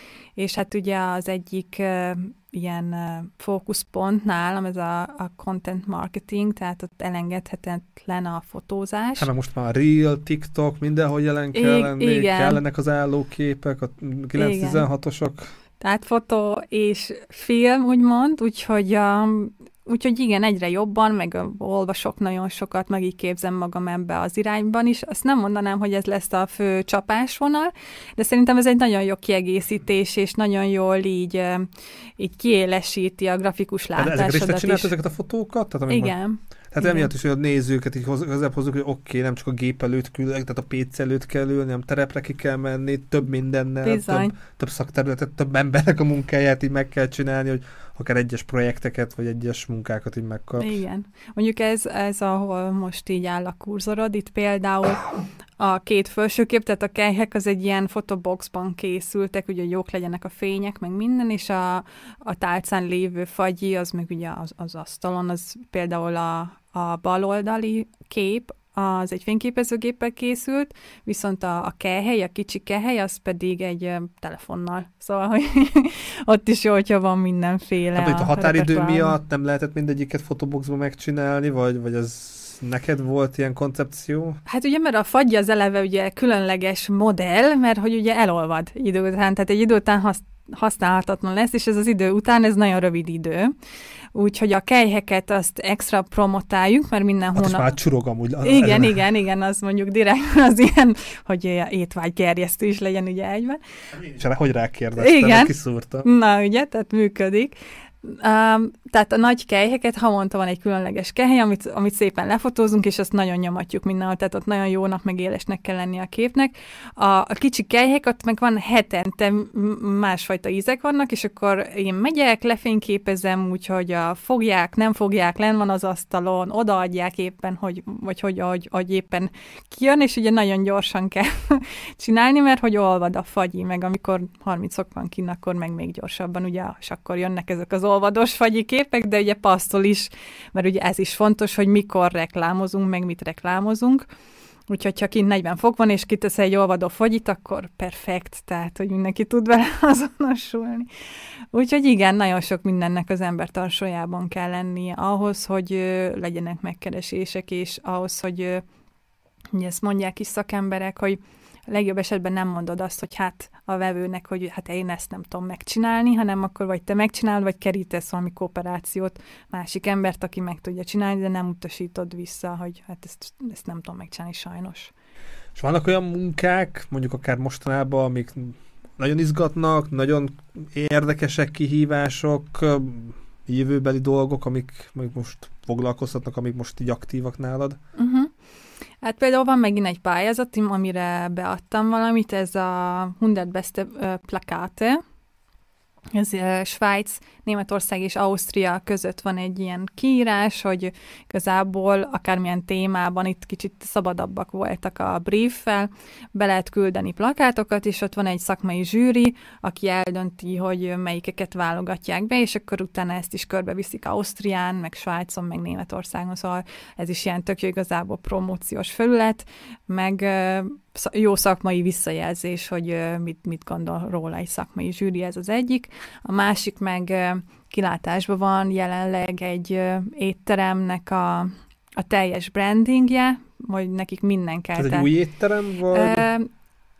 és hát ugye az egyik uh, ilyen uh, fókuszpont nálam ez a, a content marketing, tehát ott elengedhetetlen a fotózás. Hát most már a Reel, TikTok, mindenhol jelen kell lenni, igen. Kellenek az állóképek, a kilenc tizenhatosok. Tehát fotó és film, úgymond, úgyhogy um, Úgyhogy igen, egyre jobban, meg olvasok nagyon sokat, meg így képzem magam ebbe az irányban is. Azt nem mondanám, hogy ez lesz a fő csapásvonal, de szerintem ez egy nagyon jó kiegészítés, és nagyon jól így, így kiélesíti a grafikus látásodat is. Ezeket is te csinált ezeket a fotókat? Tehát, igen. Majd... Tehát emiatt is, hogy a nézőket így közelebb hozzuk, hogy oké, okay, nem csak a gép előtt küld, tehát a pé cé előtt kell ülni, nem terepre ki kell menni, több mindennel, több, több szakterületet, több embernek a munkáját így meg kell csinálni, hogy akár egyes projekteket, vagy egyes munkákat így megkapsz. Igen. Mondjuk ez, ez ahol most így áll a kurzorod, itt például a két felső kép, tehát a kelyhek az egy ilyen fotoboxban készültek, ugye jók legyenek a fények, meg minden, és a, a tálcán lévő fagyi, az meg ugye az, az asztalon, az például a, a baloldali kép, az egy fényképezőgéppel készült, viszont a, a kehely, a kicsi kehely, az pedig egy uh, telefonnal. Szóval, hogy ott is jó, hogyha van mindenféle. Hát, a, a határidő miatt nem lehetett mindegyiket fotoboxba megcsinálni, vagy, vagy az neked volt ilyen koncepció? Hát ugye, mert a fagy az eleve ugye különleges modell, mert hogy ugye elolvad idő után, tehát egy idő után hasz, használhatatlan lesz, és ez az idő után, ez nagyon rövid idő. Úgyhogy a kelyheket azt extra promotáljuk, mert minden hát hónap... Hát már csurog amúgy. Igen, ezen... igen, igen, az mondjuk direkt az ilyen, hogy étvágygerjesztő is legyen ugye egyben. És erre hogy rákérdeztem, igen. Kiszúrtam. Na ugye, tehát működik. Um, tehát a nagy kelyheket, havonta van egy különleges kehely, amit, amit szépen lefotózunk, és azt nagyon nyomatjuk mindenhol, tehát ott nagyon jónak, meg élesnek kell lenni a képnek. A, a kicsi kelyhek, ott meg van hetente másfajta ízek vannak, és akkor én megyek, lefényképezem, úgyhogy a fogják, nem fogják, len van az asztalon, odaadják éppen, hogy, vagy hogy, hogy, hogy éppen kijön, és ugye nagyon gyorsan kell csinálni, mert hogy olvad a fagyi, meg amikor harmincok van kinn, akkor meg még gyorsabban, ugye, és akkor jönnek ezek az olvados fagyi képek, de ugye passzol is, mert ugye ez is fontos, hogy mikor reklámozunk, meg mit reklámozunk. Úgyhogy ha kint negyven fok van, és kitesz egy olvadó fagyit, akkor perfekt, tehát hogy mindenki tud vele azonosulni. Úgyhogy igen, nagyon sok mindennek az ember tarsójában kell lennie ahhoz, hogy ö, legyenek megkeresések, és ahhoz, hogy ö, ugye ezt mondják is szakemberek, hogy legjobb esetben nem mondod azt, hogy hát a vevőnek, hogy hát én ezt nem tudom megcsinálni, hanem akkor vagy te megcsinálod, vagy kerítesz valami kooperációt, másik embert, aki meg tudja csinálni, de nem utasítod vissza, hogy hát ezt, ezt nem tudom megcsinálni sajnos. És vannak olyan munkák, mondjuk akár mostanában, amik nagyon izgatnak, nagyon érdekesek, kihívások, jövőbeli dolgok, amik, amik most foglalkoztatnak, amik most így aktívak nálad? Uh-huh. Hát például van megint egy pályázat, amire beadtam valamit, ez a hundertbeste Plakate. Ez Svájc, Németország és Ausztria között van egy ilyen kiírás, hogy igazából akármilyen témában itt kicsit szabadabbak voltak a brieffel, be lehet küldeni plakátokat, és ott van egy szakmai zsűri, aki eldönti, hogy melyikeket válogatják be, és akkor utána ezt is körbeviszik Ausztrián, meg Svájcon, meg Németországon, szóval ez is ilyen tök jó igazából promóciós felület, meg jó szakmai visszajelzés, hogy mit, mit gondol róla egy szakmai zsűri, ez az egyik. A másik meg kilátásban van jelenleg egy étteremnek a, a teljes brandingje, hogy nekik minden kell. Ez egy új étterem vagy?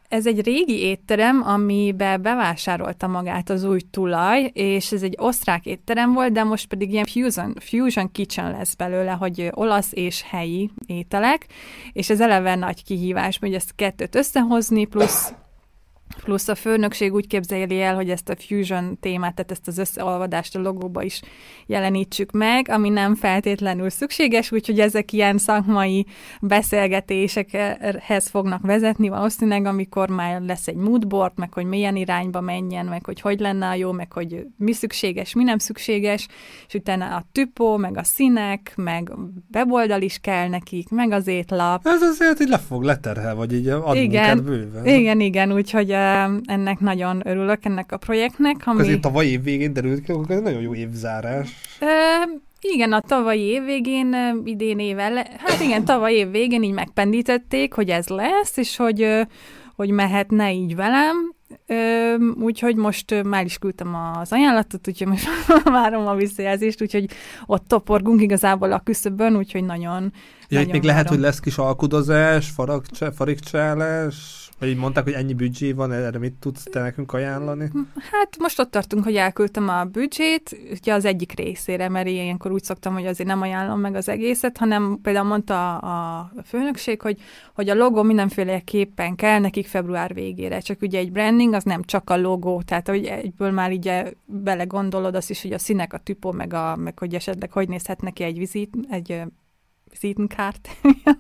Ez egy régi étterem, amiben bevásárolta magát az új tulaj, és ez egy osztrák étterem volt, de most pedig ilyen fusion, fusion kitchen lesz belőle, hogy olasz és helyi ételek, és ez eleve nagy kihívás, hogy ezt kettőt összehozni, plusz Plusz a főnökség úgy képzeli el, hogy ezt a fusion témát, tehát ezt az összeolvadást a logóba is jelenítsük meg, ami nem feltétlenül szükséges, úgyhogy ezek ilyen szakmai beszélgetésekhez fognak vezetni valószínűleg, amikor már lesz egy moodboard, meg hogy milyen irányba menjen, meg hogy hogy lenne a jó, meg hogy mi szükséges, mi nem szükséges, és utána a typó, meg a színek, meg weboldal is kell nekik, meg az étlap. Ez azért így le fog leterhel, vagy így admunkát bőven. Igen, igen, úgyhogy ennek nagyon örülök, ennek a projektnek. Ami... Azért tavaly év végén derült ki, hogy ez nagyon jó évzárás. Ö, igen, a tavalyi év végén, idén éve, le... hát igen, tavaly év végén így megpendítették, hogy ez lesz, és hogy, hogy mehetne így velem. Ö, úgyhogy most már is küldtem az ajánlatot, úgyhogy most várom a visszajelzést, úgyhogy ott toporgunk igazából a küszöbön, úgyhogy nagyon... Ja, nagyon itt még lehet, várom. hogy lesz kis alkudozás, farigcsálás, vagy így mondták, hogy ennyi büdzsé van, erre mit tudsz te nekünk ajánlani? Hát most ott tartunk, hogy elküldtem a büdzsét, ugye az egyik részére, mert ilyenkor úgy szoktam, hogy azért nem ajánlom meg az egészet, hanem például mondta a főnökség, hogy, hogy a logó mindenféleképpen kell nekik február végére, csak ugye egy branding az nem csak a logó, tehát hogy egyből már így belegondolod azt is, hogy a színek, a typó, meg, a, meg hogy esetleg hogy nézhet neki egy vizit, egy vizitkárt,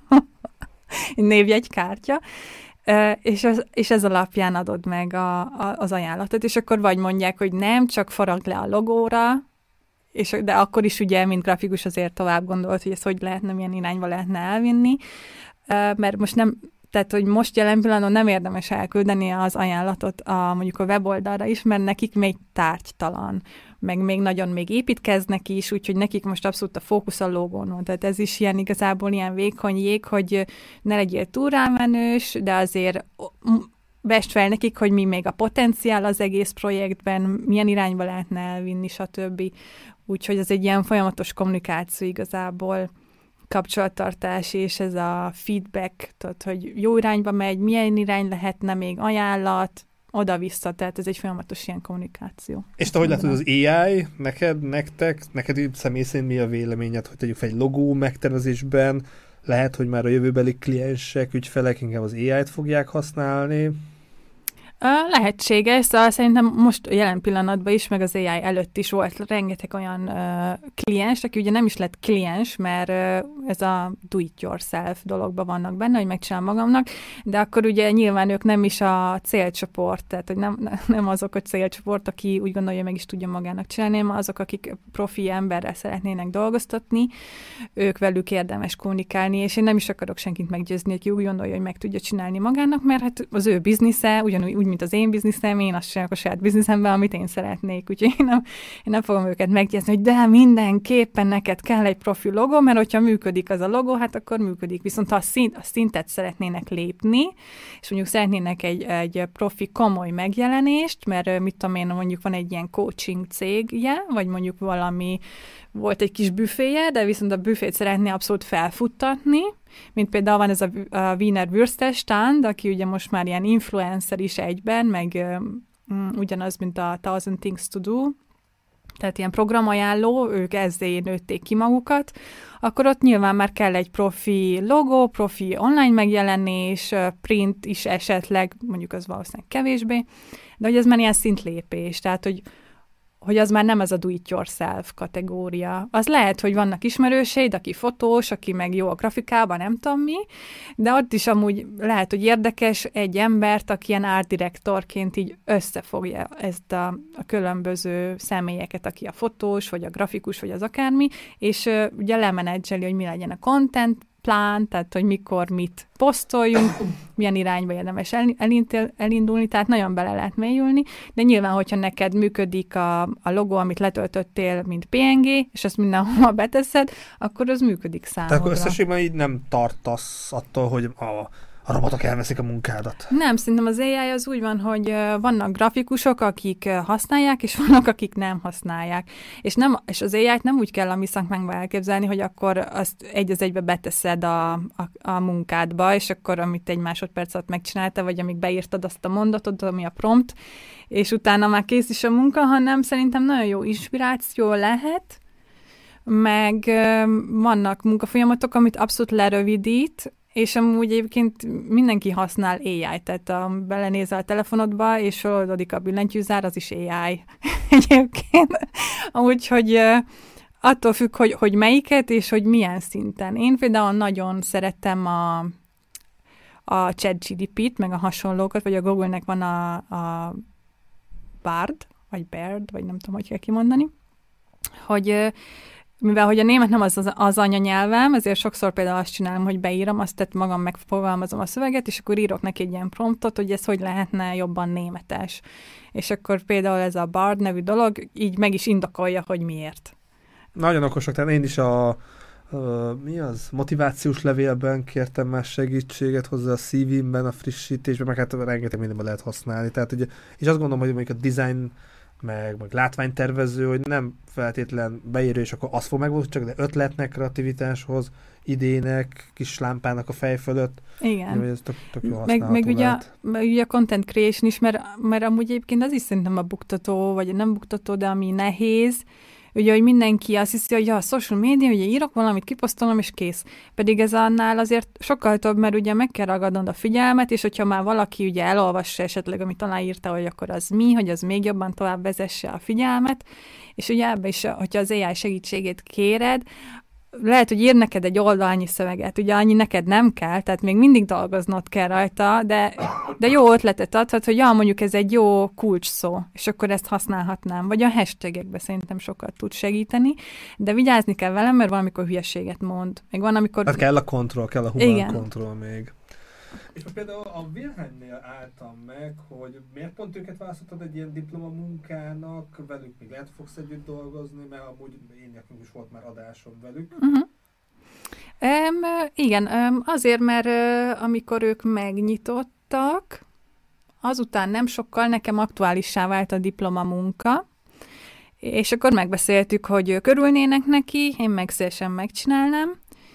egy névjegykártya, Uh, és, az, és ez alapján adod meg a, a, az ajánlatot, és akkor vagy mondják, hogy nem, csak faragd le a logóra, és, de akkor is ugye, mint grafikus azért tovább gondolt, hogy ezt hogy lehetne, milyen irányba lehetne elvinni, uh, mert most nem, tehát, hogy most jelen pillanatban nem érdemes elküldeni az ajánlatot a, mondjuk a weboldalra is, mert nekik még tárgytalan, meg még nagyon még építkeznek is, úgyhogy nekik most abszolút a fókusz a logón van. Tehát ez is ilyen igazából ilyen vékony jég, hogy ne legyél túl rámenős, de azért vest fel nekik, hogy mi még a potenciál az egész projektben, milyen irányba lehetne elvinni, stb. Úgyhogy ez egy ilyen folyamatos kommunikáció igazából, kapcsolattartás, és ez a feedback, tehát, hogy jó irányba megy, milyen irány lehetne még ajánlat, oda-vissza, tehát ez egy folyamatos ilyen kommunikáció. És te hogy látod az á i, neked, nektek, neked személy szerint mi a véleményed, hogy tegyük fel egy logó megtervezésben, lehet, hogy már a jövőbeli kliensek, ügyfelek inkább az á i-t fogják használni? Lehetséges, szóval szerintem most jelen pillanatban is, meg az á i előtt is volt rengeteg olyan uh, kliens, aki ugye nem is lett kliens, mert uh, ez a do-it-yourself dologban vannak benne, hogy megcsinálom magamnak, de akkor ugye nyilván ők nem is a célcsoport, tehát hogy nem, nem azok a célcsoport, aki úgy gondolja, meg is tudja magának csinálni, hanem azok, akik profi emberrel szeretnének dolgoztatni, ők velük érdemes kommunikálni, és én nem is akarok senkit meggyőzni, aki úgy gondolja, hogy meg tudja csinálni magának, mert hát az ő biznisze, ugyanúgy úgy, mint az én bizniszem, én azt csinálok a saját bizniszemben, amit én szeretnék. Úgyhogy én nem, én nem fogom őket meggyőzni, hogy de mindenképpen neked kell egy profi logó, mert hogyha működik az a logó, hát akkor működik. Viszont ha a, szint, a szintet szeretnének lépni, és mondjuk szeretnének egy, egy profi komoly megjelenést, mert mit tudom én, mondjuk van egy ilyen coaching cégje, vagy mondjuk valami, volt egy kis büféje, de viszont a büfét szeretné abszolút felfuttatni, mint például van ez a, a Wiener Würstelstand, aki ugye most már ilyen influencer is egyben, meg um, ugyanaz, mint a Thousand Things to Do, tehát ilyen programajánló, ők ezzé nőtték ki magukat, akkor ott nyilván már kell egy profi logó, profi online megjelenés, print is esetleg, mondjuk az valószínűleg kevésbé, de hogy ez már ilyen szintlépés, tehát hogy hogy az már nem ez a do-it-yourself kategória. Az lehet, hogy vannak ismerőseid, aki fotós, aki meg jó a grafikában, nem tudom mi, de ott is amúgy lehet, hogy érdekes egy embert, aki ilyen art directorként így összefogja ezt a, a különböző személyeket, aki a fotós, vagy a grafikus, vagy az akármi, és uh, ugye lemenedzseli, hogy mi legyen a content plán, tehát hogy mikor mit posztoljunk, milyen irányba érdemes elindulni, tehát nagyon bele lehet mélyülni, de nyilván, hogyha neked működik a, a logó, amit letöltöttél, mint pé en gé, és azt mindenhova beteszed, akkor az működik számodra. Tehát akkor összességben így nem tartasz attól, hogy a, a robotok elveszik a munkádat. Nem, szerintem az á i az úgy van, hogy vannak grafikusok, akik használják, és vannak, akik nem használják. És, nem, és az á i-t nem úgy kell a mi szakmánkba elképzelni, hogy akkor azt egy az egybe beteszed a, a, a munkádba, és akkor amit egy másodperc alatt megcsinálta, vagy amíg beírtad azt a mondatot, ami a prompt, és utána már kész is a munka, hanem szerintem nagyon jó inspiráció lehet, meg vannak munkafolyamatok, amit abszolút lerövidít, és amúgy egyébként mindenki használ á i, tehát a, belenézel a telefonodba, és feloldódik a billentyűzár, az is á i egyébként. Úgyhogy attól függ, hogy, hogy melyiket, és hogy milyen szinten. Én például nagyon szerettem a, a ChatGPT-t, meg a hasonlókat, vagy a Google-nek van a, a Bard, vagy Bard, vagy nem tudom, hogy kell kimondani, hogy mivel hogy a német nem az, az az anyanyelvem, ezért sokszor például azt csinálom, hogy beírom, azt tehát magam megfogalmazom a szöveget, és akkor írok neki egy ilyen promptot, hogy ez hogy lehetne jobban németes. És akkor például ez a Bard nevű dolog így meg is indokolja, hogy miért. Nagyon okosak, tehát én is a, a mi az? Motivációs levélben kértem már segítséget hozzá, a cé vém-ben, a frissítésben, meg hát rengeteg mindenben lehet használni. Tehát, ugye, és azt gondolom, hogy mondjuk a design meg, meg látványtervező, hogy nem feltétlen beírő, és akkor az fog megvalósítani, csak de ötletnek, kreativitáshoz, idének, kis lámpának a fej fölött. Igen. Ez tök, tök jó meg, meg, ugye, meg ugye a content creation is, mert, mert amúgy egyébként az is szerintem a buktató, vagy nem buktató, de ami nehéz, ugye, hogy mindenki azt hiszi, hogy a social media, ugye írok valamit, kiposztolom, és kész. Pedig ez annál azért sokkal több, mert ugye meg kell ragadnod a figyelmet, és hogyha már valaki ugye elolvassa esetleg, amit aláírta, hogy akkor az mi, hogy az még jobban tovább vezesse a figyelmet, és ugye ebbe is, hogyha az á i segítségét kéred, lehet, hogy ír neked egy oldalnyi szöveget, ugye annyi neked nem kell, tehát még mindig dolgoznod kell rajta, de, de jó ötletet adhat, hogy ja, mondjuk ez egy jó kulcs szó, és akkor ezt használhatnám. Vagy a hashtagekbe szerintem sokat tud segíteni, de vigyázni kell velem, mert valamikor hülyeséget mond. Meg van, amikor... Hát kell a kontroll, kell a humán kontroll még. És például a Wilhelmnél álltam meg, hogy miért pont őket választottad egy ilyen diplomamunkának, velük még lehet fogsz együtt dolgozni, mert amúgy én nekünk is volt már adásom velük. Uh-huh. Um, igen, um, azért, mert uh, amikor ők megnyitottak, azután nem sokkal nekem aktuálissá vált a diplomamunka, és akkor megbeszéltük, hogy ők örülnének neki, én meg szívesen megcsinálnám.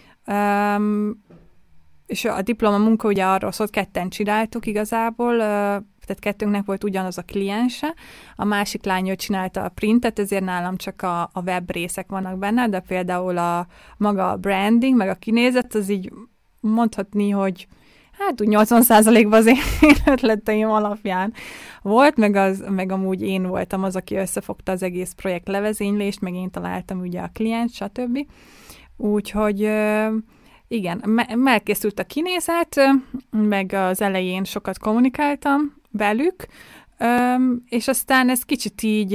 Um, és a diplomamunka ugye arról szólt, ketten csináltuk igazából, tehát kettőnknek volt ugyanaz a kliense, a másik lány csinálta a printet, ezért nálam csak a, a web részek vannak benne, de például a maga a branding, meg a kinézet, az így mondhatni, hogy hát úgy nyolcvan százalékban az én ötleteim alapján volt, meg, az, meg amúgy én voltam az, aki összefogta az egész projekt levezénylést, meg én találtam ugye a kliens, stb. Úgyhogy igen, me- elkészült a kinézet, meg az elején sokat kommunikáltam velük, és aztán ez kicsit így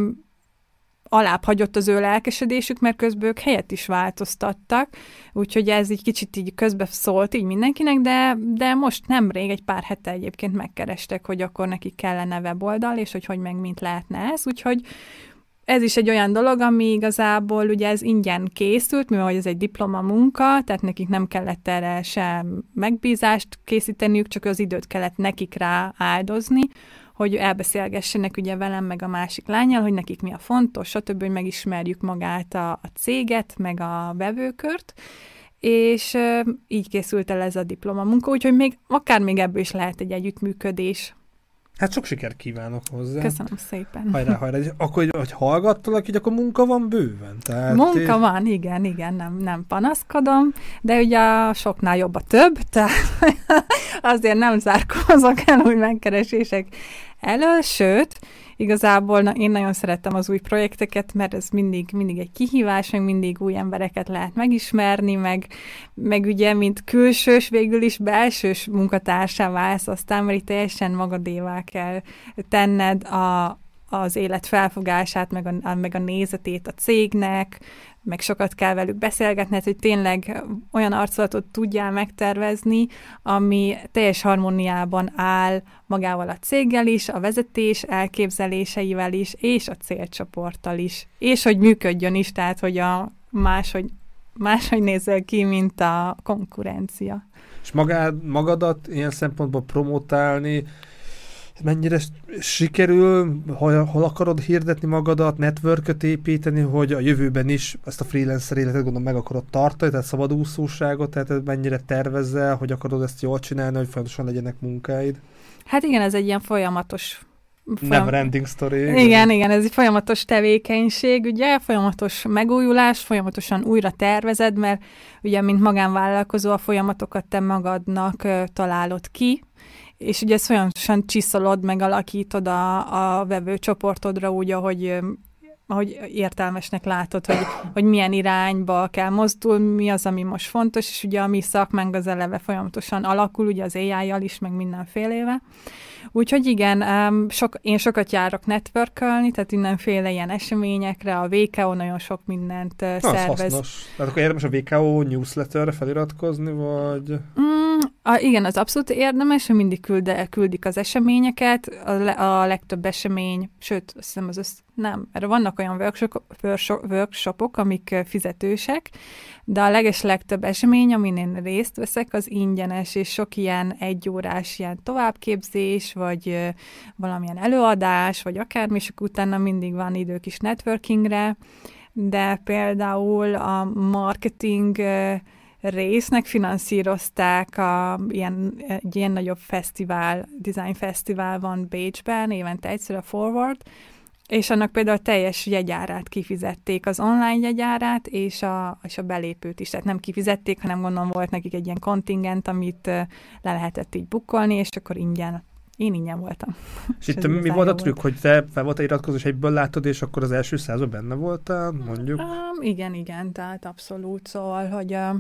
alább hagyott az ő lelkesedésük, mert közben ők helyet is változtattak, úgyhogy ez így kicsit így közbe szólt így mindenkinek, de, de most nemrég, egy pár hete egyébként megkerestek, hogy akkor nekik kellene weboldal, és hogy hogy meg mint lehetne ez, úgyhogy ez is egy olyan dolog, ami igazából ugye ez ingyen készült, mivel ez egy diplomamunka, tehát nekik nem kellett erre sem megbízást készíteniük, csak az időt kellett nekik rá áldozni, hogy elbeszélgessenek ugye velem, meg a másik lányjal, hogy nekik mi a fontos, stb., hogy megismerjük magát a, a céget, meg a vevőkört, és e, így készült el ez a diplomamunka, úgyhogy még, akár még ebből is lehet egy együttműködés. Hát sok sikert kívánok hozzá. Köszönöm szépen. Hajrá, hajrá. Akkor, hogy hallgattalak, így akkor munka van bőven. Tehát munka én... van, igen, igen, nem, nem panaszkodom, de ugye a soknál jobb a több, tehát azért nem zárkózok el úgy megkeresések elől, sőt, igazából na, én nagyon szerettem az új projekteket, mert ez mindig, mindig egy kihívás, meg mindig új embereket lehet megismerni, meg, meg ugye, mint külsős, végül is belsős munkatársá válsz, aztán mert itt teljesen magadévá kell tenned a, az élet felfogását, meg a, meg a nézetét a cégnek, meg sokat kell velük beszélgetned, hogy tényleg olyan arculatot tudjál megtervezni, ami teljes harmóniában áll magával a céggel is, a vezetés elképzeléseivel is, és a célcsoporttal is. És hogy működjön is, tehát hogy a máshogy máshogy nézel ki, mint a konkurencia. És magád, magadat ilyen szempontból promotálni, mennyire sikerül, hol, hol akarod hirdetni magadat, networköt építeni, hogy a jövőben is ezt a freelancer életet gondolom meg akarod tartani, tehát szabadúszóságot, tehát mennyire tervezel, hogy akarod ezt jól csinálni, hogy folyamatosan legyenek munkáid? Hát igen, ez egy ilyen folyamatos Folyam... Nem ending story. Igen, igen, igen, ez egy folyamatos tevékenység, ugye, folyamatos megújulás, folyamatosan újra tervezed, mert ugye, mint magánvállalkozó, a folyamatokat te magadnak uh, találod ki, és ugye ezt folyamatosan csiszolod, meg alakítod a, a vevő csoportodra úgy, ahogy, ahogy értelmesnek látod, hogy, hogy milyen irányba kell mozdulni, mi az, ami most fontos, és ugye a mi szakmánk az eleve folyamatosan alakul, ugye az á í-jal is, meg mindenfélével. Úgyhogy igen, um, sok, én sokat járok networkölni, tehát mindenféle ilyen eseményekre, a vé ká o nagyon sok mindent uh, Na, szervez. Hasznos. Tehát akkor érdemes a vé ká o newsletterre feliratkozni, vagy... Mm, a, igen, az abszolút érdemes, hogy mindig küld, küldik az eseményeket, a, le, a legtöbb esemény, sőt, azt hiszem az össz, nem, erre vannak olyan workshop, workshopok, amik fizetősek, de a leges legtöbb esemény, amin én részt veszek, az ingyenes, és sok ilyen egyórás ilyen továbbképzés, vagy ö, valamilyen előadás, vagy akármi, és utána mindig van idő kis networkingre, de például a marketing ö, résznek finanszírozták a, ilyen, egy ilyen nagyobb fesztivál, design fesztivál van Bécsben, évente egyszer a Forward, és annak például a teljes jegyárát kifizették, az online jegyárát, és a, és a belépőt is. Tehát nem kifizették, hanem gondolom volt nekik egy ilyen kontingent, amit le lehetett így bukkolni, és akkor ingyen. Én ingyen voltam. És, és itt mi volt a trükk, volt. Hogy te fel voltál iratkozó, és egyből látod, és akkor az első százban benne voltál, mondjuk? Um, igen, igen, tehát abszolút. Szóval, hogy uh,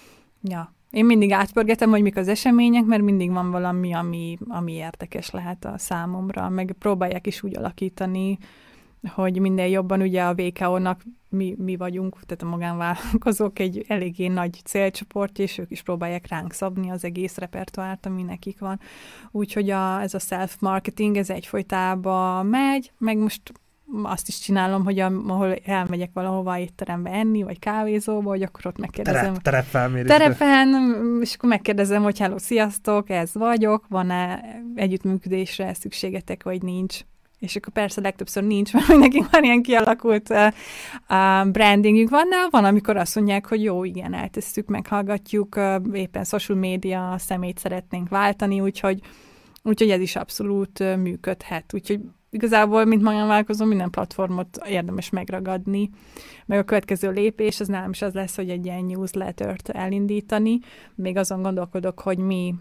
ja, én mindig átpörgetem, hogy mik az események, mert mindig van valami, ami, ami érdekes lehet a számomra, meg próbálják is úgy alakítani, hogy minél jobban ugye a vé ká o-nak mi, mi vagyunk, tehát a magánvállalkozók egy eléggé nagy célcsoport, és ők is próbálják ránk szabni az egész repertoárt, ami nekik van. Úgyhogy a, ez a self-marketing, ez egyfolytában megy, meg most azt is csinálom, hogy a, ahol elmegyek valahova étterembe enni, vagy kávézóba, hogy akkor ott megkérdezem. Terep, terepfelmérésre. Terepen, és akkor megkérdezem, hogy hello, sziasztok, ez vagyok, van-e együttműködésre szükségetek, vagy nincs. És akkor persze legtöbbször nincs, mert nekik már ilyen kialakult uh, uh, brandingünk van, de van, amikor azt mondják, hogy jó, igen, eltesszük, meghallgatjuk, uh, éppen social media szemét szeretnénk váltani, úgyhogy, úgyhogy ez is abszolút uh, működhet. Úgyhogy igazából, mint magánvállalkozó, minden platformot érdemes megragadni, meg a következő lépés, az nálam is az lesz, hogy egy ilyen newslettert elindítani. Még azon gondolkodok, hogy mi,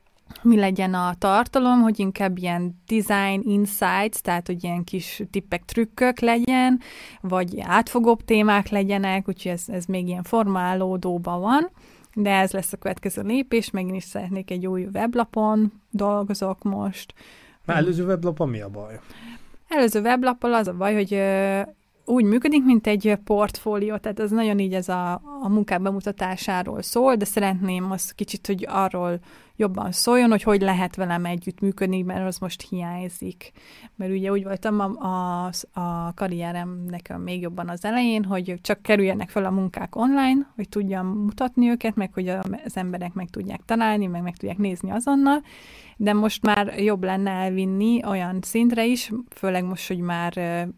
mi legyen a tartalom, hogy inkább ilyen design insights, tehát hogy ilyen kis tippek, trükkök legyen, vagy átfogóbb témák legyenek, úgyhogy ez, ez még ilyen formálódóban van. De ez lesz a következő lépés, megint is szeretnék egy új weblapon, dolgozok most. Már előző weblapon mi a baj? Előző weblappal az a baj, hogy ö, úgy működik, mint egy portfólió, tehát ez nagyon így ez a, a munkák bemutatásáról szól, de szeretném azt kicsit, hogy arról jobban szóljon, hogy hogy lehet velem együtt működni, mert az most hiányzik. Mert ugye úgy voltam a, a, a karrieremnek még jobban az elején, hogy csak kerüljenek fel a munkák online, hogy tudjam mutatni őket, meg hogy az emberek meg tudják találni, meg meg tudják nézni azonnal, de most már jobb lenne elvinni olyan szintre is, főleg most, hogy már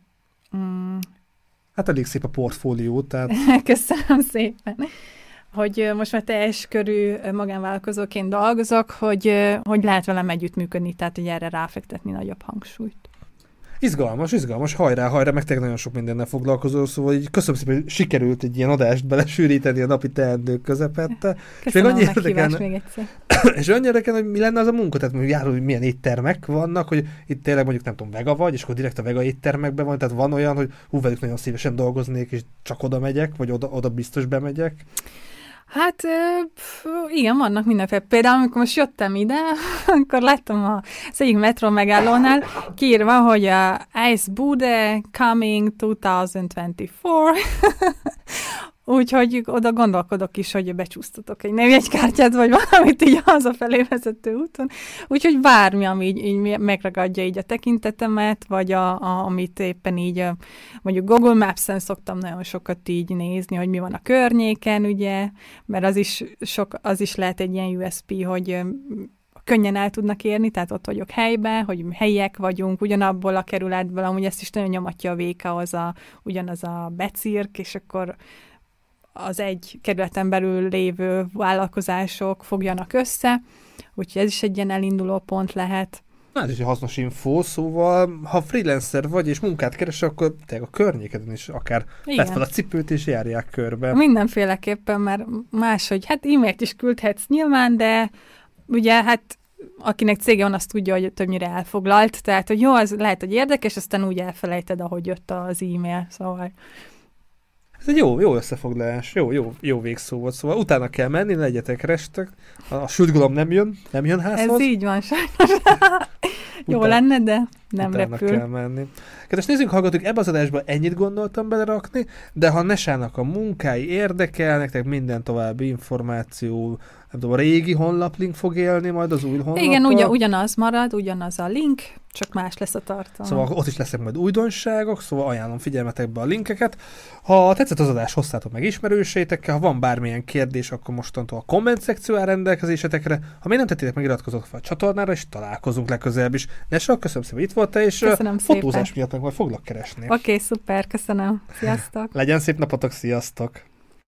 mm, hát elég szép a portfólió, tehát... Köszönöm szépen. Hogy most már teljes körű magánvállalkozóként dolgozok, hogy, hogy lehet velem együttműködni, tehát hogy erre ráfektetni nagyobb hangsúlyt. Izgalmas, izgalmas, hajrá, hajrá, meg tényleg nagyon sok mindennel foglalkozol, szóval így köszönöm szépen, hogy sikerült egy ilyen adást belesűríteni a napi teendők közepette. Köszönöm a meghívást még egyszer. És olyan érdekel, hogy mi lenne az a munka, tehát mondjuk járul, hogy milyen éttermek vannak, hogy itt tényleg mondjuk nem tudom, vega vagy, és akkor direkt a vega éttermekben van, tehát van olyan, hogy hú, velük nagyon szívesen dolgoznék, és csak oda megyek, vagy oda, oda biztos bemegyek. Hát igen, vannak mindenféle. Például, amikor most jöttem ide, akkor láttam az egyik metró megállónál kiírva, hogy a Ice Bude coming twenty twenty-four. Úgyhogy oda gondolkodok is, hogy becsúsztatok egy névjegykártyát, vagy valamit így hazafelé vezető úton. Úgyhogy bármi, ami így, így megragadja így a tekintetemet, vagy a, a, amit éppen így, mondjuk Google Maps-en szoktam nagyon sokat így nézni, hogy mi van a környéken, ugye, mert az is, sok, az is lehet egy ilyen u es pé, hogy könnyen el tudnak érni, tehát ott vagyok helyben, hogy helyiek vagyunk, ugyanabból a kerületből, amúgy ezt is nagyon nyomatja a vé ká, az a, ugyanaz a becirk, és akkor az egy kerületen belül lévő vállalkozások fogjanak össze, úgyhogy ez is egy ilyen elinduló pont lehet. Na, ez is egy hasznos info, szóval ha freelancer vagy és munkát keres, akkor te a környékeden is akár vedd fel a cipőt és járják körbe. Mindenféleképpen, mert máshogy, hát e-mailt is küldhetsz nyilván, de ugye hát akinek cége van, azt tudja, hogy többnyire elfoglalt, tehát hogy jó, az lehet, hogy érdekes, aztán úgy elfelejted, ahogy jött az e-mail, szóval... Ez egy jó, jó összefoglalás, jó, jó, jó végszó volt, szóval utána kell menni, legyetek restek, a sültgalom nem jön, nem jön házhoz. Ez így van, sajnos. Jó Után, lenne, de nem utána repül. kell menni. Kedves nézzünk, hallgatók, ebbe az adásba ennyit gondoltam belerakni, de ha Nesának a munkái érdekel, nektek minden további információ, nem tudom, a régi honlaplink fog élni majd az új honlappal. Igen, ugyan, ugyanaz marad, ugyanaz a link, csak más lesz a tartalom. Szóval ott is lesznek majd újdonságok, szóval ajánlom figyelmetekbe a linkeket. Ha tetszett az adás, hozzátok meg ismerőseitekkel, ha van bármilyen kérdés, akkor mostantól a komment szekció áll rendelkezésetekre. Ha még nem tettétek meg, iratkozzatok fel a csatornára, és találkozunk legközelebb is. Nesa, köszönöm szépen, itt voltál, és köszönöm fotózás szépen. miatt meg majd foglak keresni. Oké, okay, szuper, köszönöm. Sziasztok! Legyen szép napotok, sziasztok!